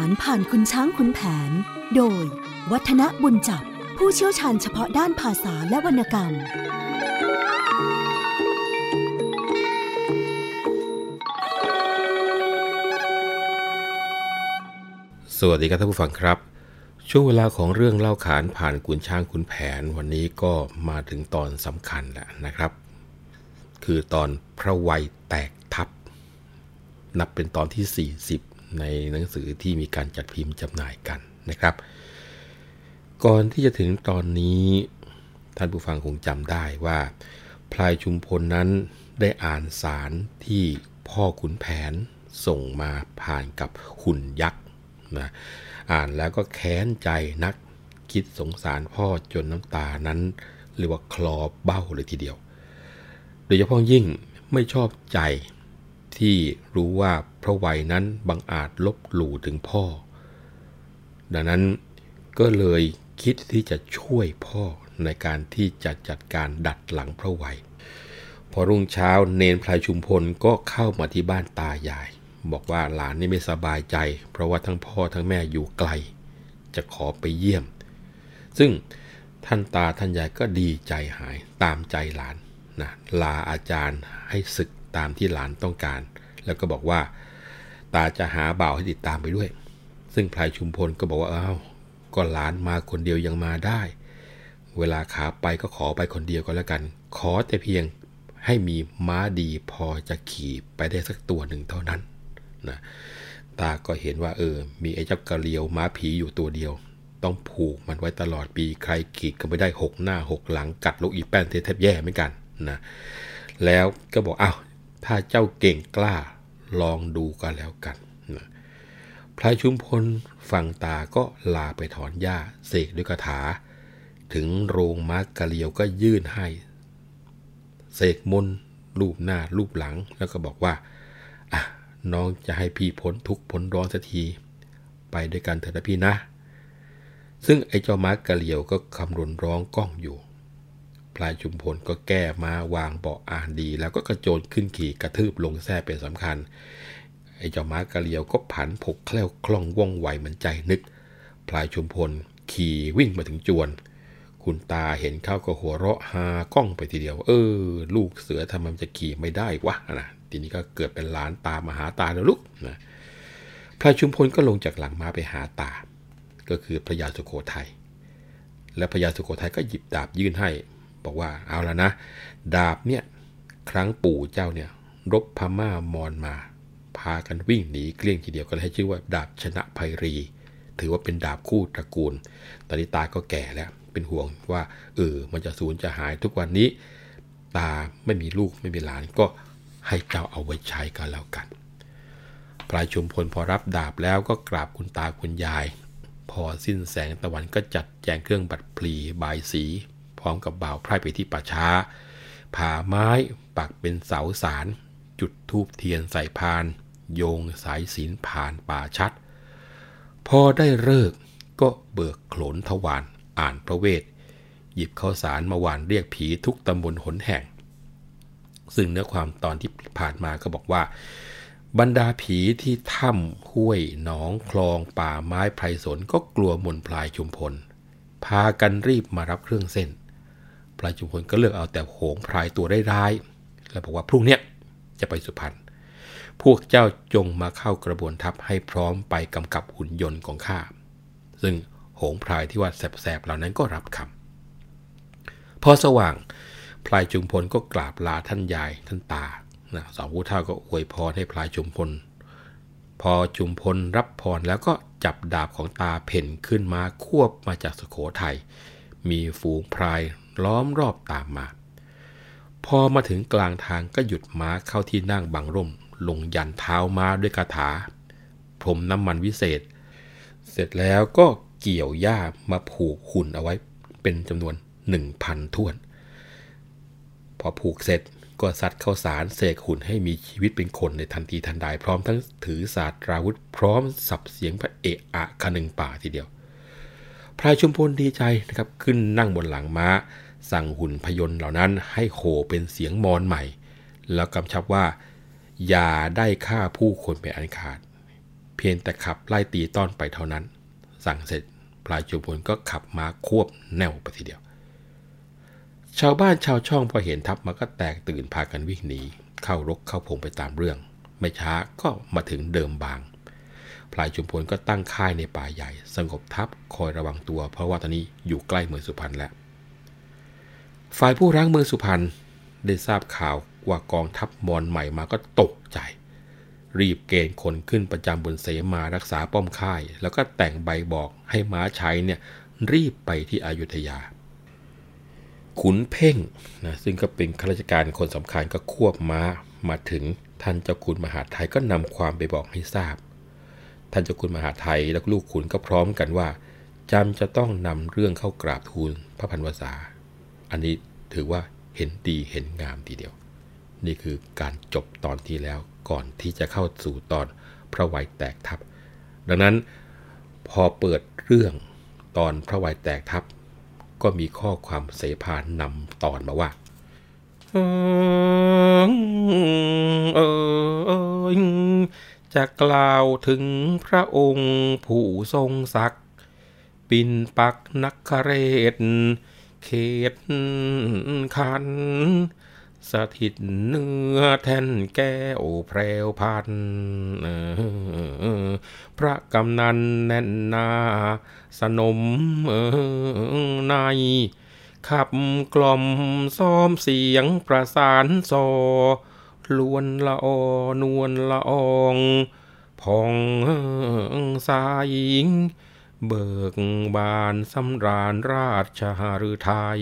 านผ่านคุณช้างขุนแผนโดยวัฒนบุญจับผู้เชี่ยวชาญเฉพาะด้านภาษาและวรรณกรรมสวัสดีครับท่านผู้ฟังครับช่วงเวลาของเรื่องเล่าขานผ่านขุนช้างขุนแผนวันนี้ก็มาถึงตอนสำคัญแล้วนะครับคือตอนพระวัยแตกทัพนับเป็นตอนที่40ในหนังสือที่มีการจัดพิมพ์จำหน่ายกันนะครับก่อนที่จะถึงตอนนี้ท่านผู้ฟังคงจำได้ว่าพลายชุมพลนั้นได้อ่านสารที่พ่อขุนแผนส่งมาผ่านกับหุ่นยักษ์นะอ่านแล้วก็แค้นใจนักคิดสงสารพ่อจนน้ำตานั้นเรียกว่าคลอเบ้าเลยทีเดียวโดยเฉพาะยิ่งไม่ชอบใจที่รู้ว่าพระวัยนั้นบังอาจลบหลู่ถึงพ่อดังนั้นก็เลยคิดที่จะช่วยพ่อในการที่จะจัดการดัดหลังพระวัยพอรุ่งเช้าเนนพลายชุมพลก็เข้ามาที่บ้านตายายบอกว่าหลานนี่ไม่สบายใจเพราะว่าทั้งพ่อทั้งแม่อยู่ไกลจะขอไปเยี่ยมซึ่งท่านตาท่านยายก็ดีใจหายตามใจหลานนะลาอาจารย์ให้ศึกตามที่หลานต้องการแล้วก็บอกว่าตาจะหาบ่าวให้ติดตามไปด้วยซึ่งพลายชุมพลก็บอกว่าก็หลานมาคนเดียวยังมาได้เวลาขาไปก็ขอไปคนเดียวก็แล้วกันขอแต่เพียงให้มีม้าดีพอจะขี่ไปได้สักตัวหนึ่งเท่านั้นนะตาก็เห็นว่ามีไอ้เจ้ากระเลียวม้าผีอยู่ตัวเดียวต้องผูกมันไว้ตลอดปีใครขี่ก็ไม่ได้6หน้า6หลังกัดลูกอีแป้นแทบแย่เหมือนกันนะแล้วก็บอกถ้าเจ้าเก่งกล้าลองดูกันแล้วกันนะพลายชุมพลฟังตาก็ลาไปถอนหญ้าเสกด้วยคาถาถึงโรงม้ากระเลียวก็ยื่นให้เสกมนต์รูปหน้ารูปหลังแล้วก็บอกว่าน้องจะให้พี่พ้นทุกข์พ้นร้อนสักทีไปด้วยกันเถอะนะพี่นะซึ่งไอ้เจ้าม้ากระเลียวก็คำรนร้องก้องอยู่พลายชุมพลก็แก้ม้าวางเบาะอ่านดีแล้วก็กระโจนขึ้นขี่กระทืบลงแท้เป็นสำคัญไอ้เจ้าม้ากระเลียวก็ผันผกแคล่วคล่องว่องไวเหมือนใจนึกพลายชุมพลขี่วิ่งมาถึงจวนคุณตาเห็นเข้าก็หัวเราะฮาก้องไปทีเดียวลูกเสือทำไมมันจะขี่ไม่ได้วะนะทีนี้ก็เกิดเป็นหลานตามาหาตาแล้วลูกนะพลายชุมพลก็ลงจากหลังม้าไปหาตาก็คือพระยาสุโขทัยและพระยาสุโขทัยก็หยิบดาบยื่นให้บอกว่าเอาละนะดาบเนี่ยครั้งปู่เจ้าเนี่ยรบพม่ามอญมาพากันวิ่งหนีเกลี้ยงทีเดียวก็เลยให้ชื่อว่าดาบชนะไพรีถือว่าเป็นดาบคู่ตระกูลตอนนี้ตาก็แก่แล้วเป็นห่วงว่ามันจะสูญจะหายทุกวันนี้ตาไม่มีลูกไม่มีหลานก็ให้เจ้าเอาไว้ใช้กันแล้วกันพลายชุมพลพอรับดาบแล้วก็กราบคุณตาคุณยายพอสิ้นแสงตะวันก็จัดแจงเครื่องบัตรพลีบายสีพร้อมกับบ่าวไพร่ไปที่ป่าช้าผ่าไม้ปักเป็นเสาสารจุดธูปเทียนใส่พานโยงสายศีลผ่านป่าชัดพอได้ฤกษ์ก็เบิกโขนทวารอ่านพระเวทหยิบข้าวสารมาหว่านเรียกผีทุกตำบลหนแห่งซึ่งเนื้อความตอนที่ผ่านมาก็บอกว่าบรรดาผีที่ถ้ำห้วยหนองคลองป่าไม้ไพรสนก็กลัวมนพลายชุมพลพากันรีบมารับเครื่องเส้นพลายชุมพลก็เลือกเอาแต่โหงพลายตัวร้ายๆแล้วบอกว่าพรุ่งนี้จะไปสุพรรณพวกเจ้าจงมาเข้ากระบวนทัพให้พร้อมไปกำกับหุ่นยนต์ของข้าซึ่งโหงพลายที่ว่าแสบๆเหล่านั้นก็รับคำพอสว่างพลายชุมพลก็กราบลาท่านยายท่านตาสองผู้เฒ่าก็อวยพรให้พลายชุมพลพอชุมพลรับพรแล้วก็จับดาบของตาเพ่นขึ้นมาควบมาจากสุโขทัยมีฝูงพรายล้อมรอบตามมาพอมาถึงกลางทางก็หยุดม้าเข้าที่นั่งบังร่มลงยันเท้าม้าด้วยคาถาพรมน้ำมันวิเศษเสร็จแล้วก็เกี่ยวหญ้ามาผูกหุ่นเอาไว้เป็นจำนวน 1,000 ถ้วนพอผูกเสร็จก็ซัดข้าวสารเสกหุ่นให้มีชีวิตเป็นคนในทันทีทันใดพร้อมทั้งถือศาสตราวุธพร้อมสับเสียงพระเอะอะคนึงป่าทีเดียวพลายชุมพลดีใจนะครับขึ้นนั่งบนหลังม้าสั่งหุ่นพยนต์เหล่านั้นให้โห่เป็นเสียงมอญใหม่แล้วกำชับว่าอย่าได้ฆ่าผู้คนเป็นอันขาดเพียงแต่ขับไล่ตีต้อนไปเท่านั้นสั่งเสร็จพลายจุมพลก็ขับม้าควบแนวไปทีเดียวชาวบ้านชาวช่องพอเห็นทัพมาก็แตกตื่นพากันวิ่งหนีเข้ารกเข้าพงไปตามเรื่องไม่ช้าก็มาถึงเดิมบางพลายจุมพลก็ตั้งค่ายในป่าใหญ่สงบทัพคอยระวังตัวเพราะว่าตอนนี้อยู่ใกล้เมืองสุพรรณแล้วฝ่ายผู้รั้งเมืองสุพรรณได้ทราบข่าวว่ากองทัพมอญใหม่มาก็ตกใจรีบเกณฑ์คนขึ้นประจำบนเสมารักษาป้อมค่ายแล้วก็แต่งใบบอกให้ม้าชัยเนี่ยรีบไปที่อยุธยาขุนเพ่งนะซึ่งก็เป็นข้าราชการคนสำคัญก็ควบม้ามาถึงท่านเจ้าคุณมหาไทยก็นำความไปบอกให้ทราบท่านเจ้าคุณมหาไทยและลูกขุนก็พร้อมกันว่าจำจะต้องนำเรื่องเข้ากราบทูลพระพันวษาอันนี้ถือว่าเห็นดีเห็นงามทีเดียวนี่คือการจบตอนที่แล้วก่อนที่จะเข้าสู่ตอนพระวัยแตกทัพดังนั้นพอเปิดเรื่องตอนพระวัยแตกทัพก็มีข้อความเสภานำตอนมาว่าจะกล่าวถึงพระองค์ผู้ทรงศักดิ์ปิ่นปักนักคเรศเขตขันสถิตเนื้อแท่นแก้วแพรวพันพระกำนันแน่นนาสนมในขับกล่อมซ้อมเสียงประสานซอลวนละออนวลละอองพองสายเบิกบานสำราญราชหฤทัย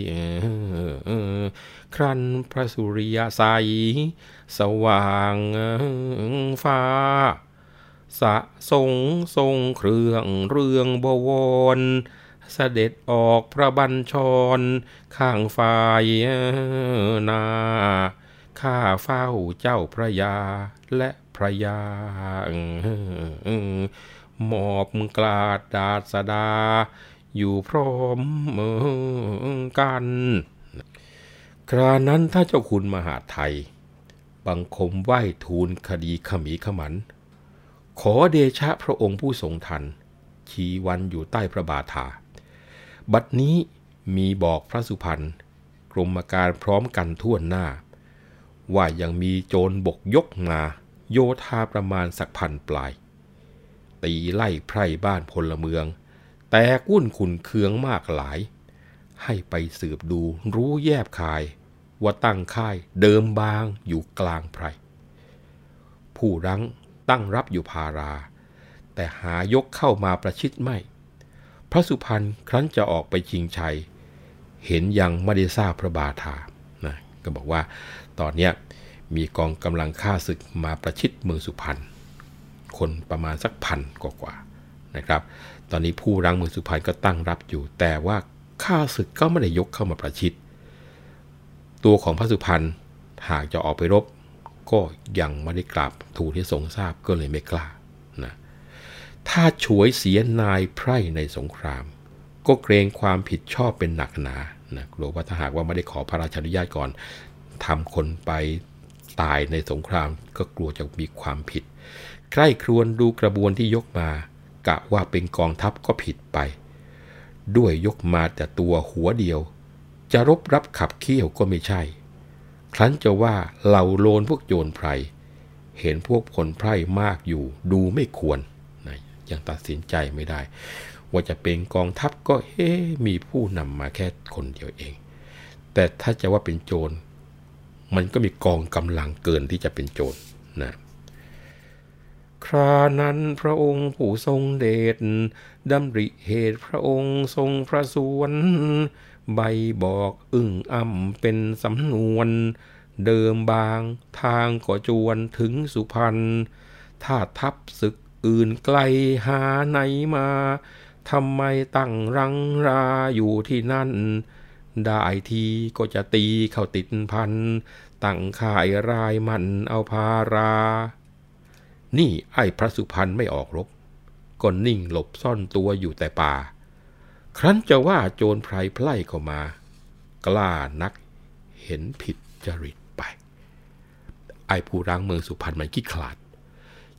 ครั้นพระสุริยใสสว่างฟ้าสะทรงเครื่องเรืองบวรเสด็จออกพระบัญชรข้างฝ่ายนาข้าเฝ้าเจ้าพระยาและพระยามอบกลาดดาษดาอยู่พร้อมกันครานั้นถ้าเจ้าคุณมหาไทยบังคมไหว้ทูลคดีขมีขมันขอเดชะพระองค์ผู้ทรงทันชีวันอยู่ใต้พระบาทาบัดนี้มีบอกพระสุพรรณกรมการพร้อมกันทั่วหน้าว่ายังมีโจรบกยกมาโยธาประมาณสักพันปลายตีไล่ไพร่บ้านพลเมืองแตกวุ่นขุนเคืองมากหลายให้ไปสืบดูรู้แยบคายว่าตั้งค่ายเดิมบางอยู่กลางไพรผู้รั้งตั้งรับอยู่พาราแต่หายกเข้ามาประชิดไม่พระสุพรรณครั้นจะออกไปชิงชัยเห็นยังไม่ได้ทราบพระบาทานะก็บอกว่าตอนนี้มีกองกำลังฆ่าศึกมาประชิดเมืองสุพรรณคนประมาณสักพันกว่านะครับตอนนี้ผู้รั้งเมืองสุพรรณก็ตั้งรับอยู่แต่ว่าข้าศึกก็ไม่ได้ยกเข้ามาประชิดตัวของพระสุพรรณหากจะออกไปรบก็ยังไม่ได้กราบทูลให้ทรงทราบก็เลยไม่กล้านะถ้าฉวยเสียนายไพร่ในสงครามก็เกรงความผิดชอบเป็นหนักหนานะกลัวว่าถ้าหากว่าไม่ได้ขอพระราชานุญาตก่อนทำคนไปตายในสงครามก็กลัวจะมีความผิดใคร่ครวญดูกระบวนที่ยกมากะว่าเป็นกองทัพก็ผิดไปด้วยยกมาแต่ตัวหัวเดียวจะรบรับขับเคี่ยวก็ไม่ใช่ครั้นจะว่าเหล่าโลนพวกโจรไพรเห็นพวกผลไพร่มากอยู่ดูไม่ควรนะยังตัดสินใจไม่ได้ว่าจะเป็นกองทัพก็มีผู้นำมาแค่คนเดียวเองแต่ถ้าจะว่าเป็นโจรมันก็มีกองกำลังเกินที่จะเป็นโจรนะครานั้นพระองค์ผู้ทรงเดชดำริเหตุพระองค์ทรงพระสวนใบบอกอ้ำเป็นสำนวนเดิมบางทางก็จวนถึงสุพรรณถ้าทัพศึกอื่นไกลหาไหนมาทำไมตั้งรังราอยู่ที่นั่นได้ทีก็จะตีเข้าติดพันตั้งข่ายรายมันเอาพารานี่ไอ้พระสุพรรณไม่ออกรบก็นิ่งหลบซ่อนตัวอยู่แต่ป่าครั้นจะว่าโจรไพรไพล่เข้ามากล้านักเห็นผิดจริตไปไอ้ผู้รั้งเมืองสุพรรณมันขี้ขลาด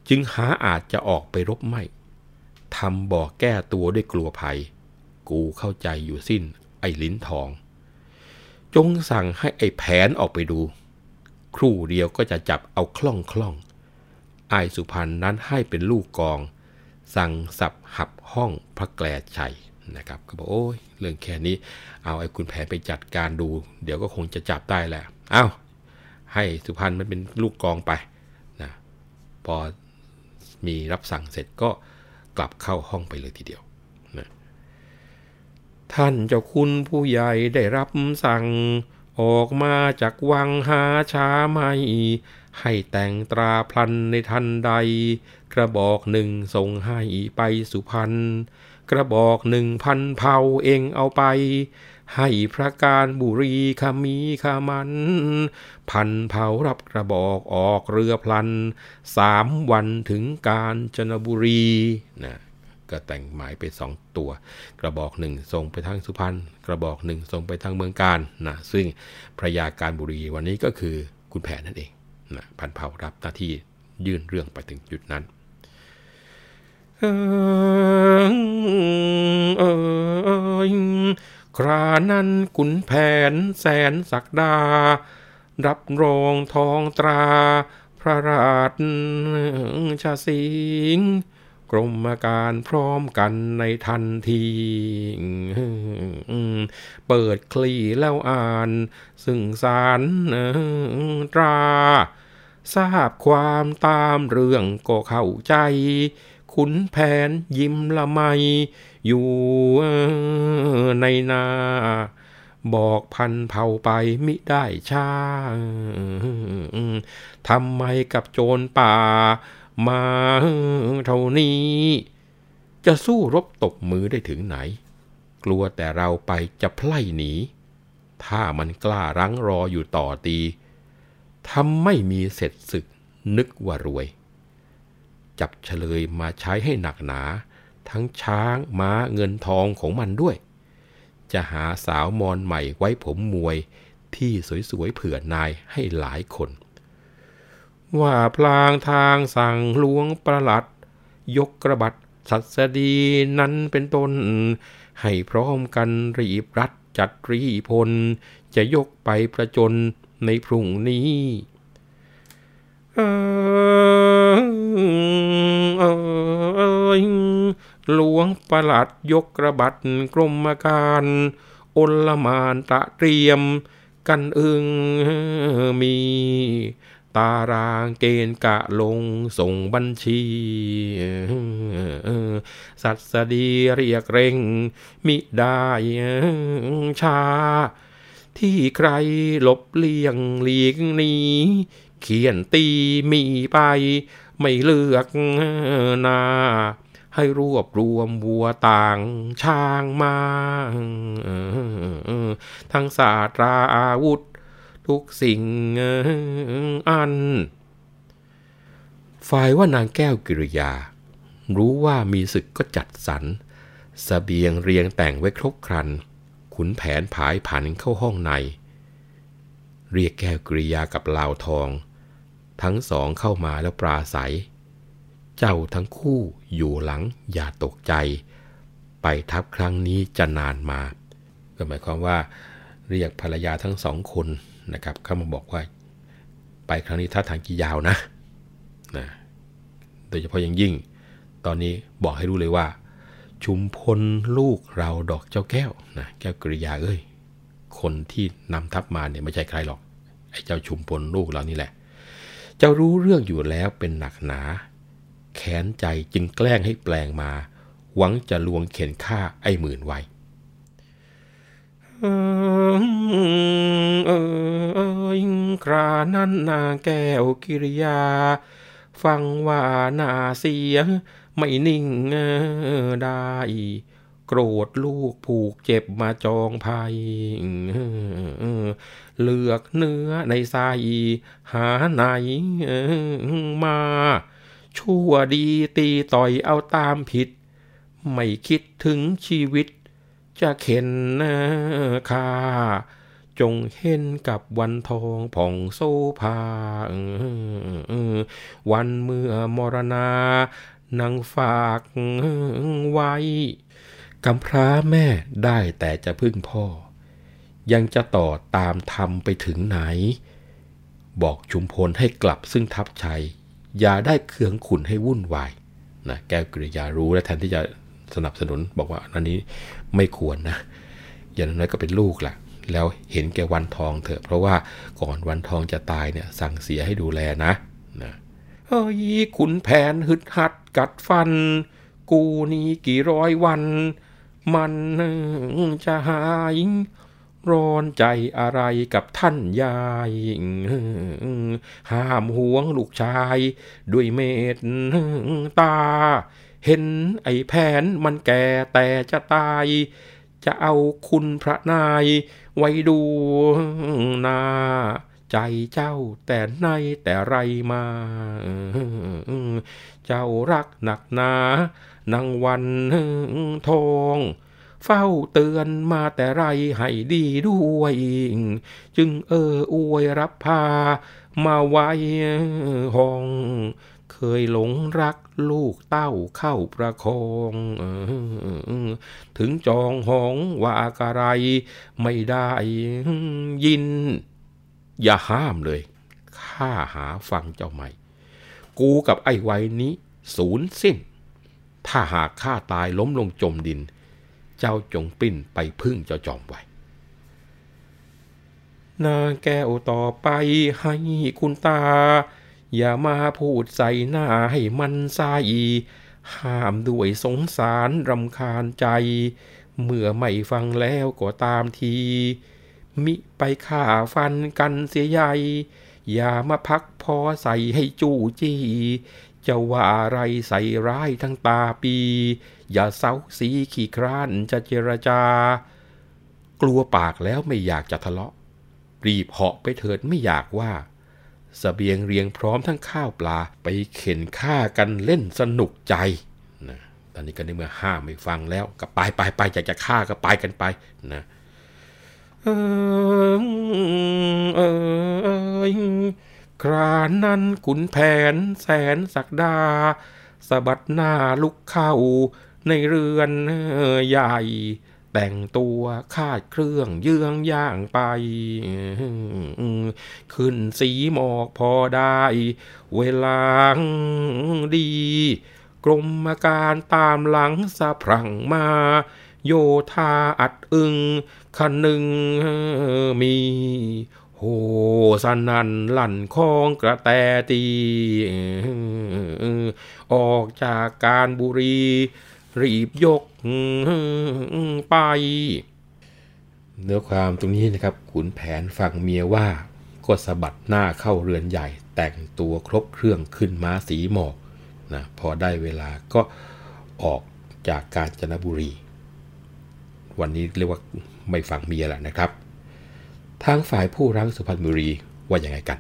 จึงหาอาจจะออกไปรบไม่ทำบ่อแก้ตัวด้วยกลัวภัยกูเข้าใจอยู่สิ้นไอ้ลิ้นทองจงสั่งให้ไอ้แผนออกไปดูครู่เดียวก็จะจับเอาคล่องไอ้สุพรรณนั้นให้เป็นลูกกองสั่งสับหับห้องพระแกลชัยนะครับก็บอกโอ้ยเรื่องแค่นี้เอาไอ้คุณแผนไปจัดการดูเดี๋ยวก็คงจะจับได้แหละเอาให้สุพรรณมันเป็นลูกกองไปนะพอมีรับสั่งเสร็จก็กลับเข้าห้องไปเลยทีเดียวนะท่านเจ้าคุณผู้ใหญ่ได้รับสั่งออกมาจากวังหาช้าไม่ให้แต่งตราพลันในทันใดกระบอกหนึ่งส่งให้ไปสุพรรณกระบอก1,000 เผ่าเองเอาไปให้พระการบุรีขมีขมัน1,000 เผ่ารับกระบอกออกเรือพลัน3 วันถึงกาญจนบุรีนะก็แต่งหมายไป2 ตัวกระบอก1ส่งไปทางสุพรรณกระบอก1ส่งไปทางเมืองกาญนะซึ่งพระยาการบุรีวันนี้ก็คือคุณแผนนั่นเองนะ1,000 เผ่ารับหน้าที่ยื่นเรื่องไปถึงจุดนั้นครานั้นขุนแผนแสนศักดารับรองทองตราพระราชสิงห์กรมการพร้อมกันในทันทีเปิดคลี่แล้วอ่านซึ่งสารตราทราบความตามเรื่องก็เข้าใจขุนแผนยิ้มละไมอยู่ในนาบอก1,000 เผ่าไปมิได้ช้าทำไมกับโจรป่ามาเท่านี้จะสู้รบตบมือได้ถึงไหนกลัวแต่เราไปจะไพล่หนีถ้ามันกล้ารั้งรออยู่ต่อตีทำไม่มีเสร็จศึกนึกว่ารวยจับเฉลยมาใช้ให้หนักหนาทั้งช้างม้าเงินทองของมันด้วยจะหาสาวมอนใหม่ไว้ผมมวยที่สวยๆเผื่อนายให้หลายคนว่าพลางทางสั่งหลวงประหลัดยกกระบัดสัสดีนั้นเป็นต้นให้พร้อมกันรีบรัดจัดรีพลจะยกไปประจนในพรุ่งนี้หลวงประหลัดยกกระบัดกรมการอลหม่านตระเตรียมกันมีตารางเกณฑ์กะลงส่งบัญชีสัสดีเรียกเร่งมิได้ช้าที่ใครหลบเลี่ยงหลีกหนีเขียนตีมีไปไม่เลือกนาให้รวบรวมวัวต่างช้างมาทั้งศาสตราอาวุธทุกสิ่งอันฝ่ายว่านางแก้วกิริยารู้ว่ามีศึกก็จัดสรรเสบียงเรียงแต่งไว้ครบครันขุนแผนผายผันเข้าห้องในเรียกแก้วกิริยากับลาวทองทั้งสองเข้ามาแล้วปราศัยเจ้าทั้งคู่อยู่หลังอย่าตกใจไปทัพครั้งนี้จะนานมาก็หมายความว่าเรียกภรรยาทั้ง2 คนนะครับเข้ามาบอกว่าไปครั้งนี้ท่าทางจะยาวนะโดยเฉพาะอย่างยิ่งตอนนี้บอกให้รู้เลยว่าชุมพลลูกเราดอกเจ้าแก้วนะแก้วกิริยาคนที่นำทัพมาเนี่ยไม่ใช่ใครหรอกไอ้เจ้าชุมพลลูกเรานี่แหละเจ้ารู้เรื่องอยู่แล้วเป็นหนักหนาแค้นใจจึงแกล้งให้แปลงมาหวังจะลวงเข็นฆ่าไอ้หมื่นไว้ครานั้นนางแก้วกิริยาฟังว่าน่าเสียไม่นิ่งได้โกรธลูกผูกเจ็บมาจองภัยเลือกเนื้อในไส้หาไหนมาชั่วดีตีต่อยเอาตามผิดไม่คิดถึงชีวิตจะเข็นค่าจงเห็นกับวันทองผ่องโซภาวันเมื่อมรณานางฝากไว้กำพร้าแม่ได้แต่จะพึ่งพ่อยังจะต่อตามธรรมไปถึงไหนบอกชุมพลให้กลับซึ่งทัพชัยอย่าได้เคืองขุนให้วุ่นวายนะแก้วกฤษยารู้และแทนที่จะสนับสนุนบอกว่าอันนี้ไม่ควรนะอย่างน้อยก็เป็นลูกล่ะแล้วเห็นแก่วันทองเถอะเพราะว่าก่อนวันทองจะตายเนี่ยสั่งเสียให้ดูแลนะเฮ้ยขุนแผนฮึดฮัดกัดฟันกูนี้กี่ร้อยวันมันจะหายร้อนใจอะไรกับท่านยายห้ามห่วงลูกชายด้วยเมตตาเห็นไอ้แผนมันแก่แต่จะตายจะเอาคุณพระนายไว้ดูนาใจเจ้าแต่ในแต่ไรมาเจ้ารักหนักหนานางวันทองเฝ้าเตือนมาแต่ไรให้ดีด้วยจึงอวยรับพามาไว้ห้องเคยหลงรักลูกเต้าเข้าประคองถึงจองหองว่ากะไรไม่ได้ยินอย่าห้ามเลยข้าหาฟังเจ้าใหม่กูกับไอ้ไว้นี้สูญสิ้นถ้าหากข้าตายล้มลงจมดินเจ้าจงปิ้นไปพึ่งเจ้าจอมไว้นางแก้วต่อไปให้คุณตาอย่ามาพูดใส่หน้าให้มันใส่ห้ามด้วยสงสารรำคาญใจเมื่อไม่ฟังแล้วก็ตามทีมิไปฆ่าฟันกันเสียใหญ่อย่ามาพักพอใส่ให้จู้จี้จะว่าอะไรใส่ร้ายทั้งตาปีอย่าเซาสีขี้คร้านจะเจรจากลัวปากแล้วไม่อยากจะทะเลาะรีบเหาะไปเถิดไม่อยากว่าเสบียงเรียงพร้อมทั้งข้าวปลาไปเข็นฆ่ากันเล่นสนุกใจนะตอนนี้ก็ในเมื่อห้ามไม่ฟังแล้วก็ไปอยากจะฆ่าก็ไปกันไปนะครานั้นขุนแผนแสนศักดาสะบัดหน้าลุกเข้าในเรือนใหญ่แต่งตัวคาดเครื่องเยื้องย่างไปขึ้นสีหมอกพอได้เวลาดีกรมการตามหลังสะพรั่งมาโยธาอัดอึงคันหนึ่งมีโหสนั่นลั่นคองกระแตตีออกจากการบุรีรีบยกไปเนื้อความตรงนี้นะครับขุนแผนฟังเมียว่าก็สะบัดหน้าเข้าเรือนใหญ่แต่งตัวครบเครื่องขึ้นม้าสีหมอกนะพอได้เวลาก็ออกจากกาญจนบุรีวันนี้เรียกว่าไม่ฟังเมียแหละนะครับทางฝ่ายผู้รั้งสุพรรณบุรีว่าอย่างไงกัน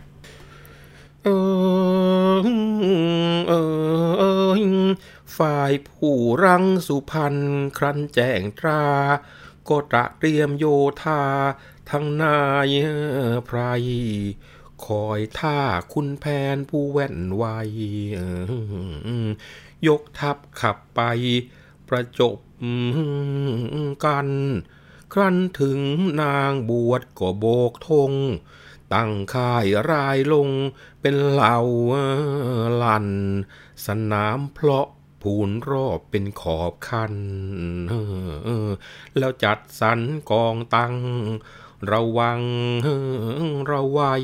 ฝ่ายผู้รังสุพรรณครั้นแจ้งตราก็ตระเตรียมโยธาทั้งนายไพรคอยท่าคุณแผนผู้แว่นไวยกทัพขับไปประจบกันครั้นถึงนางบวชก็โบกธงตั้งค่ายรายลงเป็นเหล่าลั่นสนามเพลาะผูนรอบเป็นขอบคันแล้วจัดสรรกองตั้งระวังระไว้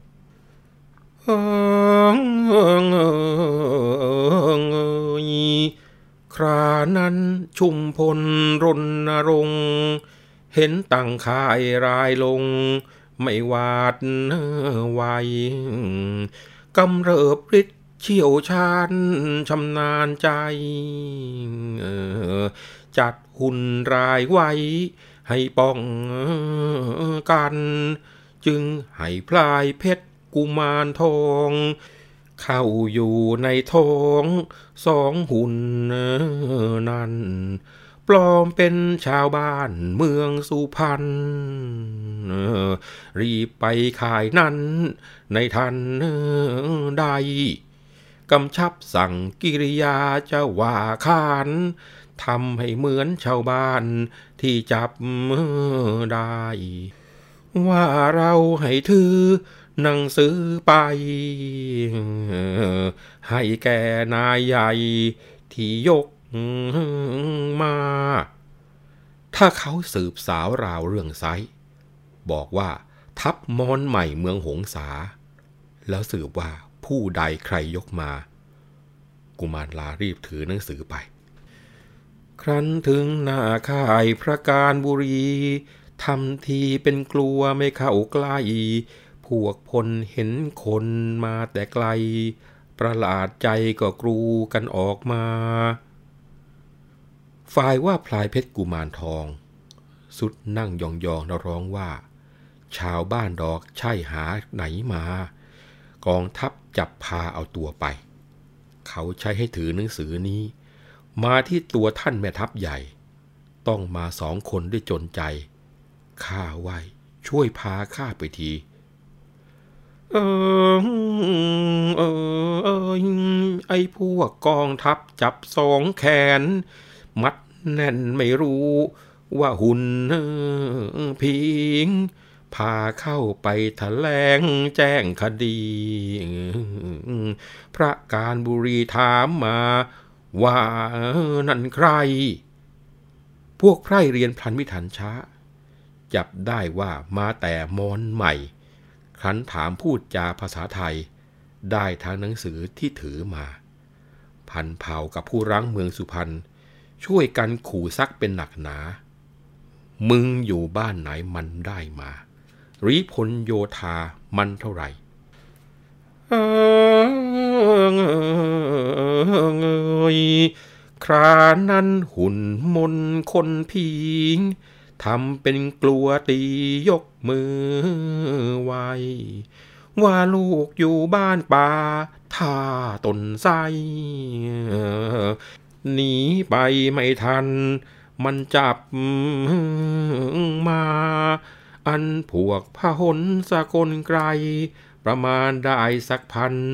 ครานั้นชุมพลรณรงค์เห็นตั้งค่ายรายลงไม่หวาดไหวกำเริบฤทธิ์เชี่ยวชาญชำนาญใจจัดหุ่นรายไว้ให้ป้องกันจึงให้พลายเพชรกุมารทองเข้าอยู่ในท้องสองหุ่นนั้นปลอมเป็นชาวบ้านเมืองสุพรรณรีบไปขายนั้นในทันใดกำชับสั่งกิริยาจะว่าขานทำให้เหมือนชาวบ้านที่จับได้ว่าเราให้ถือหนังสือไปให้แก่นายใหญ่ที่ยกมาถ้าเขาสืบสาวราวเรื่องไซบอกว่าทัพมอญใหม่เมืองหงสาแล้วสืบว่าผู้ใดใครยกมากุมารลารีบถือหนังสือไปครั้นถึงหน้าค่ายพระการบุรีทำทีเป็นกลัวไม่เข้าใกล้พวกพลเห็นคนมาแต่ไกลประหลาดใจก็กรูกันออกมาฝ่ายว่าพลายเพชรกุมารทองสุดนั่งยองๆแล้วร้องว่าชาวบ้านดอกใช่หาไหนมากองทัพจับพาเอาตัวไปเขาใช้ให้ถือหนังสือนี้มาที่ตัวท่านแม่ทัพใหญ่ต้องมา2 คนด้วยจนใจข้าไว้ช่วยพาข้าไปทีไอ้พวกกองทัพจับ2 แขนมัดแน่นไม่รู้ว่าหุ่นพิงพาเข้าไปแถลงแจ้งคดีพระการบุรีถามมาว่านั่นใครพวกไพร่เรียนพลันไม่ทันช้าจับได้ว่ามาแต่มอญใหม่ครั้นถามพูดจาภาษาไทยได้ทางหนังสือที่ถือมาพันเผ่ากับผู้รั้งเมืองสุพรรณช่วยกันขู่ซักเป็นหนักหนามึงอยู่บ้านไหนมันได้มาริพลโยธามันเท่าไหร่ครานั้นหุ่นมนคนพิงทำเป็นกลัวตียกมือไว้ว่าลูกอยู่บ้านป่าท่าต้นไทรหนีไปไม่ทันมันจับมาอันพวกพหลสกลไกลประมาณได้สัก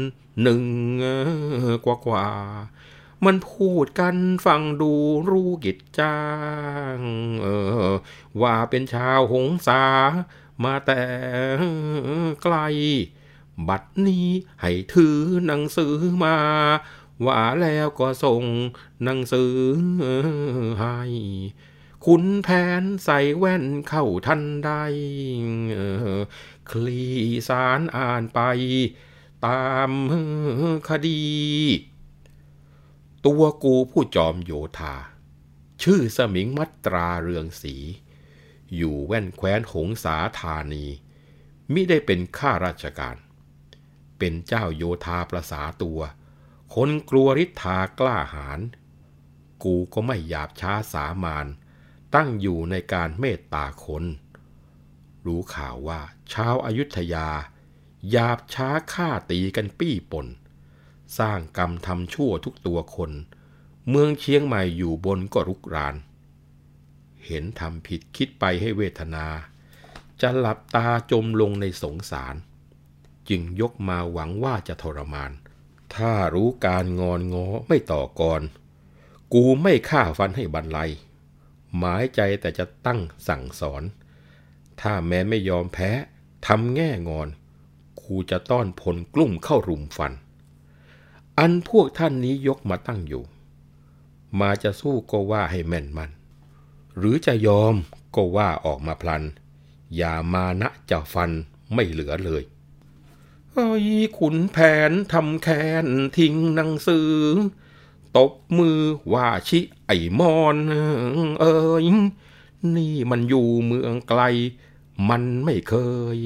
1,000 กว่ามันพูดกันฟังดูรู้กิจจางว่าเป็นชาวหงสามาแต่ไกลบัดนี้ให้ถือหนังสือมาว่าแล้วก็ส่งหนังสือให้ขุนแผนใส่แว่นเข้าทันใดคลี่สารอ่านไปตามคดีตัวกูผู้จอมโยธาชื่อสมิงมัตราเรืองศรีอยู่แว่นแคว้นหงสาธานีมิได้เป็นข้าราชการเป็นเจ้าโยธาประสาตัวคนกลัวฤทธากล้าหาญกูก็ไม่หยาบช้าสามานตั้งอยู่ในการเมตตาคนรู้ข่าวว่าชาวอยุธยาหยาบช้าฆ่าตีกันปี้ป่นสร้างกรรมทำชั่วทุกตัวคนเมืองเชียงใหม่อยู่บนก็รุกรานเห็นทำผิดคิดไปให้เวทนาจะหลับตาจมลงในสงสารจึงยกมาหวังว่าจะทรมานถ้ารู้การงอนง้อไม่ต่อกรกูไม่ฆ่าฟันให้บรรลัยหมายใจแต่จะตั้งสั่งสอนถ้าแม้ไม่ยอมแพ้ทำแง่งอนกูจะต้อนพลกลุ่มเข้ารุมฟันอันพวกท่านนี้ยกมาตั้งอยู่มาจะสู้ก็ว่าให้แม่นมันหรือจะยอมก็ว่าออกมาพลันอย่ามานะจะฟันไม่เหลือเลยขุนแผนทำแค้นทิ้งหนังสือตบมือว่าชิไอ้มอนนี่มันอยู่เมืองไกลมันไม่เคย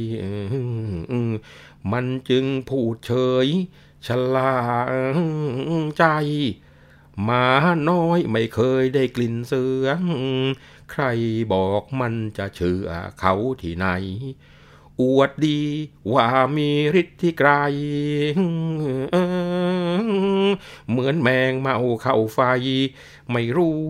มันจึงพูดเฉยชลาใจหมาน้อยไม่เคยได้กลิ่นเสือใครบอกมันจะเชื่อเขาที่ไหนอวดดีว่ามีฤทธิ์ที่ไกลเหมือนแมงเมาเข้าไฟไม่รู้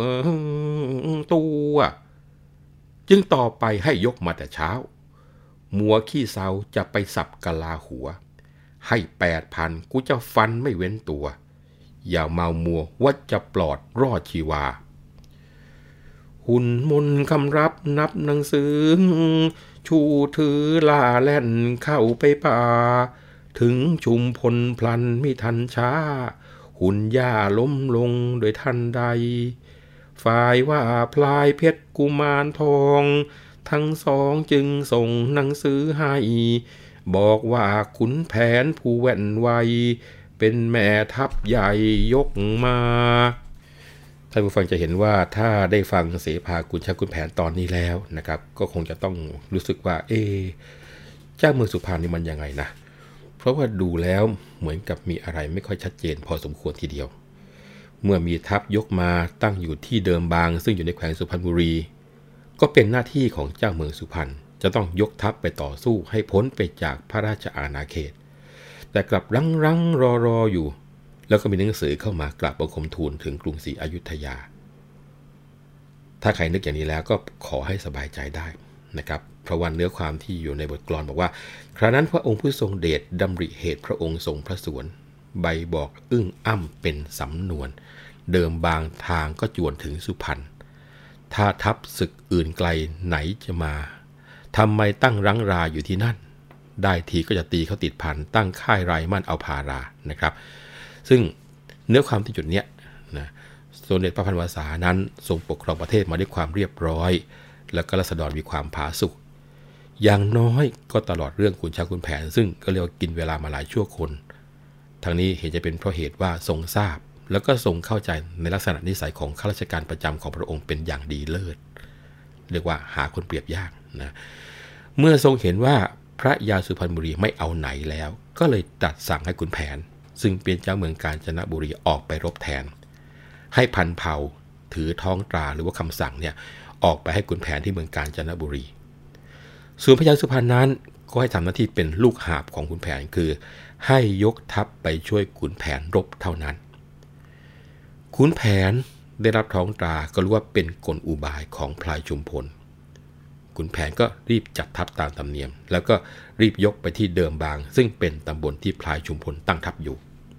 ตัวจึงต่อไปให้ยกมาแต่เช้ามัวขี้เศร้าจะไปสับกะลาหัวให้ 8,000 กูจะฟันไม่เว้นตัวอย่าเมามัวว่าจะปลอดรอดชีวาหุ่นมนคำรับนับหนังสือชูถือล่าแล่นเข้าไปป่าถึงชุมพลพลันมิทันช้าหุ่นย่าล้มลงโดยทันใดฝ่ายว่าพลายเพชรกุมารทองทั้งสองจึงส่งหนังสือให้บอกว่าขุนแผนผู้แว่นไวเป็นแม่ทัพใหญ่ยกมาท่านผู้ฟังจะเห็นว่าถ้าได้ฟังเสภากุญชาขุนแผนตอนนี้แล้วนะครับก็คงจะต้องรู้สึกว่าเจ้าเมืองสุพรรณนี่มันยังไงนะเพราะว่าดูแล้วเหมือนกับมีอะไรไม่ค่อยชัดเจนพอสมควรทีเดียวเมื่อมีทัพยกมาตั้งอยู่ที่เดิมบางซึ่งอยู่ในแขวงสุพรรณบุรีก็เป็นหน้าที่ของเจ้าเมืองสุพรรณจะต้องยกทัพไปต่อสู้ให้พ้นไปจากพระราชอาณาเขตแต่กลับรั้งรออยู่แล้วก็มีหนังสือเข้ามากราบบังคมทูลถึงกรุงศรีอยุธยาถ้าใครนึกอย่างนี้แล้วก็ขอให้สบายใจได้นะครับเพราะว่าเนื้อความที่อยู่ในบทกลอนบอกว่าครานั้นพระองค์ผู้ทรงเดชดำริเหตุพระองค์ทรงพระสวนใบบอกอึ้งอ้ำเป็นสำนวนเดิมบางทางก็จวนถึงสุพรรณถ้าทัพศึกอื่นไกลไหนจะมาทำไมตั้งรั้งราอยู่ที่นั่นได้ทีก็จะตีเขาติดพันตั้งค่ายไรมั่นเอาพารานะครับซึ่งเนื้อความที่จุดเนี้ยนะสมเด็จพระพันวษานั้นทรงปกครองประเทศมาด้วยความเรียบร้อยแล้วก็ราษฎรมีความผาสุกอย่างน้อยก็ตลอดเรื่องขุนช้างขุนแผนซึ่งก็เรียกว่ากินเวลามาหลายชั่วคนทางนี้เห็นจะเป็นเพราะเหตุว่าทรงทราบแล้วก็ทรงเข้าใจในลักษณะนิสัยของข้าราชการประจำของพระองค์เป็นอย่างดีเลิศเรียกว่าหาคนเปรียบยากนะเมื่อทรงเห็นว่าพระยาสุพรรณบุรีไม่เอาไหนแล้วก็เลยตรัสสั่งให้ขุนแผนซึ่งเป็นเจ้าเมืองกาญจนบุรีออกไปรบแทนให้พันเผ่าถือท้องตราหรือว่าคำสั่งเนี่ยออกไปให้ขุนแผนที่เมืองกาญจนบุรีส่วนพระยาสุพรรณนั้นก็ให้ทำหน้าที่เป็นลูกหาบของขุนแผนคือให้ยกทัพไปช่วยขุนแผนรบเท่านั้นขุนแผนได้รับท้องตราก็รู้ว่าเป็นกลอุบายของพลายชุมพลขุนแผนก็รีบจัดทัพตามธรรมเนียมแล้วก็รีบยกไปที่เดิมบางซึ่งเป็นตำบลที่พลายชุมพลตั้งทัพอยู่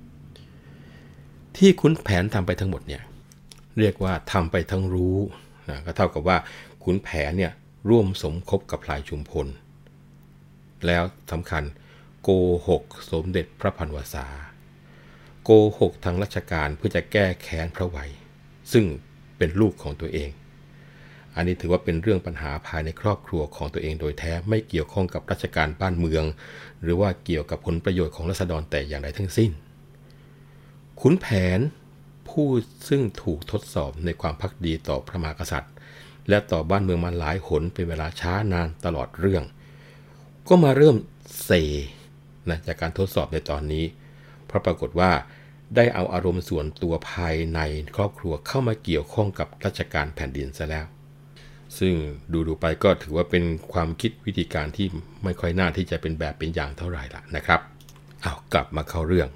ที่ขุนแผนทำไปทั้งหมดเนี่ยเรียกว่าทำไปทั้งรู้นะก็เท่ากับว่าขุนแผนเนี่ยร่วมสมคบกับพลายชุมพลแล้วสำคัญโกหกสมเด็จพระพันวษาโกหกทางราชการเพื่อจะแก้แค้นพระไวยซึ่งเป็นลูกของตัวเองอันนี้ถือว่าเป็นเรื่องปัญหาภายในครอบครัวของตัวเองโดยแท้ไม่เกี่ยวข้องกับราชการบ้านเมืองหรือว่าเกี่ยวกับผลประโยชน์ของราษฎรแต่อย่างใดทั้งสิ้นขุนแผนผู้ซึ่งถูกทดสอบในความภักดีต่อพระมหากษัตริย์และต่อบ้านเมืองมาหลายหนเป็นเวลาช้านานตลอดเรื่องก็มาเริ่มเซนะจากการทดสอบในตอนนี้เพราะปรากฏว่าได้เอาอารมณ์ส่วนตัวภายในครอบครัวเข้ามาเกี่ยวข้องกับราชการแผ่นดินซะแล้วซึ่งดูไปก็ถือว่าเป็นความคิดวิธีการที่ไม่ค่อยน่าที่จะเป็นแบบเป็นอย่างเท่าไหร่ละนะครับเอากลับมาเข้าเรื่อง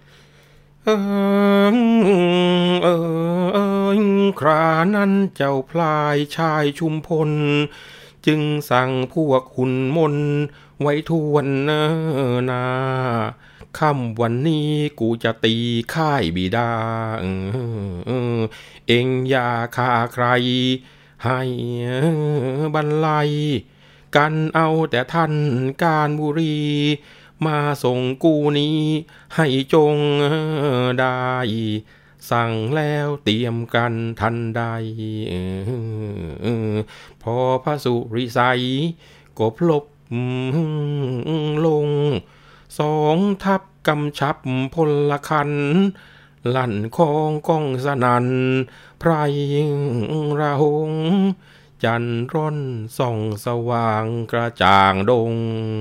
ครานั้นเจ้าพลายชายชุมพลจึงสั่งพวกขุนมนไว้ทวนนาค่ำวันนี้กูจะตีค่ายบิดาเอ็งอย่าฆ่าใครให้บรรลัยกันเอาแต่ท่านการบุรีมาส่งกูนี้ให้จงได้สั่งแล้วเตรียมกันทันใดพอพระสุริสัยก็พลบลงสองทัพกำชับพลขันลั่นคองก้องสนันไพรระหงจันร่อนส่องสว่างกระจ่างดง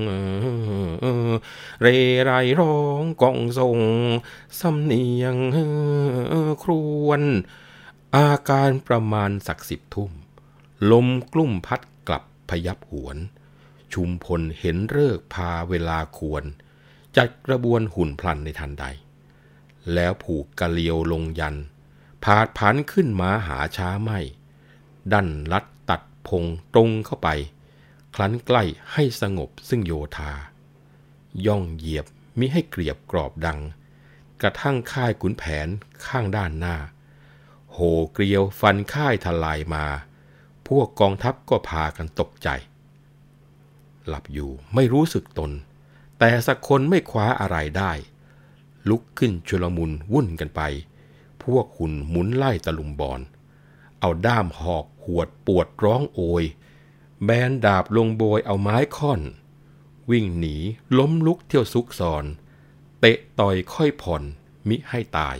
เรไรร้องก้องส่งสำเนียงครวนอาการประมาณสัก10 ทุ่มลมกลุ่มพัดกลับพยับหวนชชุมพลเห็นฤกษ์พาเวลาควรจัดกระบวนหุ่นพลันในทันใดแล้วผูกกะเลียวลงยันผาดผันขึ้นมาหาช้าไม่ดันลัดตัดพงตรงเข้าไปคลั้นใกล้ให้สงบซึ่งโยธาย่องเหยียบมิให้เกลียบกรอบดังกระทั่งค่ายขุนแผนข้างด้านหน้าโห่เกลียวฟันค่ายทลายมาพวกกองทัพก็พากันตกใจหลับอยู่ไม่รู้สึกตนแต่สักคนไม่คว้าอะไรได้ลุกขึ้นชุลมุนวุ่นกันไปพวกหุ่นหมุนไล่ตะลุมบอลเอาด้ามหอกหวดปวดร้องโอยแบนดาบลงโบยเอาไม้ค่อนวิ่งหนีล้มลุกเที่ยวซุกซอนเตะต่อยค่อยผ่อนมิให้ตาย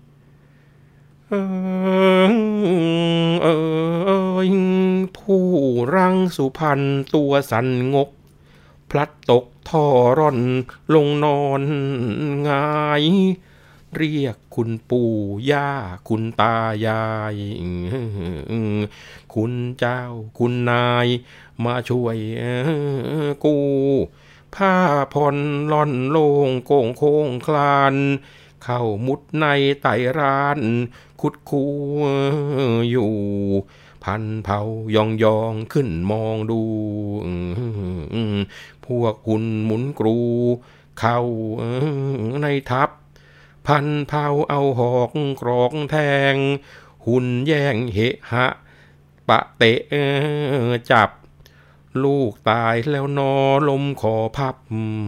ผู้รังสุพรรณตัวสันงกพลัดตกท่อร่อนลงนอนงายเรียกคุณปู่ย่าคุณตายายคุณเจ้าคุณนายมาช่วยกูผ้าผ่อนล่อนโลงโก่งโค้งคลานเข้ามุดในไต่ร้านคุดคูอยู่พันเผายองยองขึ้นมองดูพวกหุ่นหมุนกรูเข้าในทับพันเผาเอาหอกกรอกแทงหุ่นแย่งเหหะปะเตะจับลูกตายแล้วนอลมขอพับ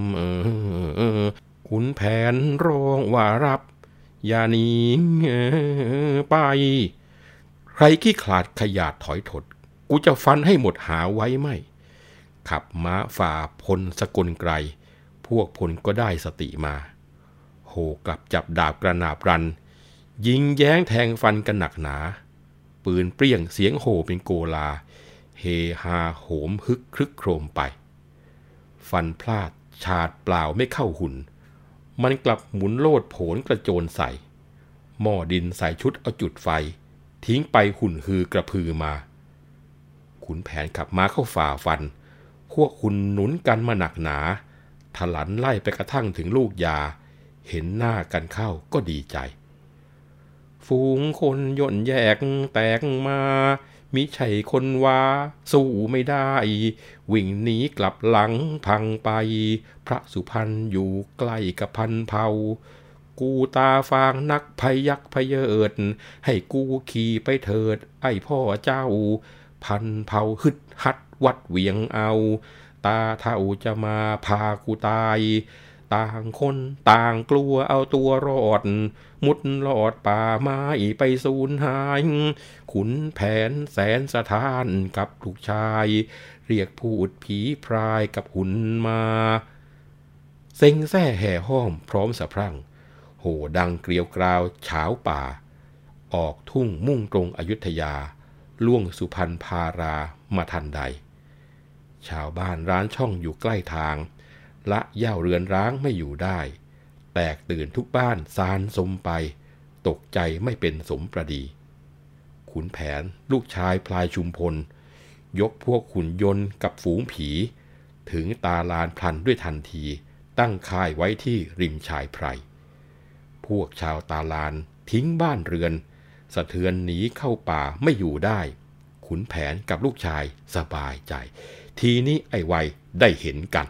ขุนแผนร้องว่ารับอย่าหนีไปใครขี้ขลาดขยาดถอยถดกูจะฟันให้หมดหาไว้ไม่ขับม้าฝ่าพลสกลไกรพวกพลก็ได้สติมาโหกลับจับดาบกระนาบรันยิงแย้งแทงฟันกันหนักหนาปืนเปรี้ยงเสียงโห่เป็นโกลาเฮฮาโหมฮึกครึกโครมไปฟันพลาดฉาดเปล่าไม่เข้าหุ่นมันกลับหมุนโลดโผนกระโจนใส่หม้อดินใส่ชุดเอาจุดไฟทิ้งไปหุ่นฮือกระพือมาขุนแผนขับม้าเข้าฝ่าฟันพวกหุ่นหนุนกันมาหนักหนาถลันไล่ไปกระทั่งถึงลูกยาเห็นหน้ากันเข้าก็ดีใจฝูงคนย่นแยกแตกมามิใช่คนว่าสู้ไม่ได้วิ่งหนีกลับหลังพังไปพระสุพรรณอยู่ใกล้กับพันเผากูตาฟางนักพยักพเยิดให้กูขี่ไปเถิดไอ้พ่อเจ้าพันเผาฮึดฮัดวัดเวียงเอาตาเท่าจะมาพากูตายต่างคนต่างกลัวเอาตัวรอดมุดลอดป่าไม้ไปสูญหายขุนแผนแสนสถานกับลูกชายเรียกพูดผีพรายกับหุ่นมาเซ็งแซ่แห่ห้อมพร้อมสะพรั่งโห่ดังเกลียวกราวเฉาป่าออกทุ่งมุ่งตรงอยุธยาล่วงสุพรรณพารามาทันใดชาวบ้านร้านช่องอยู่ใกล้ทางละย่าเรือนร้างไม่อยู่ได้แตกตื่นทุกบ้านซานสมไปตกใจไม่เป็นสมประดีขุนแผนลูกชายพลายชุมพลยกพวกขุนยนต์กับฝูงผีถึงตาลานพลันด้วยทันทีตั้งค่ายไว้ที่ริมชายไพรพวกชาวตาลานทิ้งบ้านเรือนสะเทือนหนีเข้าป่าไม่อยู่ได้ขุนแผนกับลูกชายสบายใจทีนี้ไอ้ไวได้เห็นกัน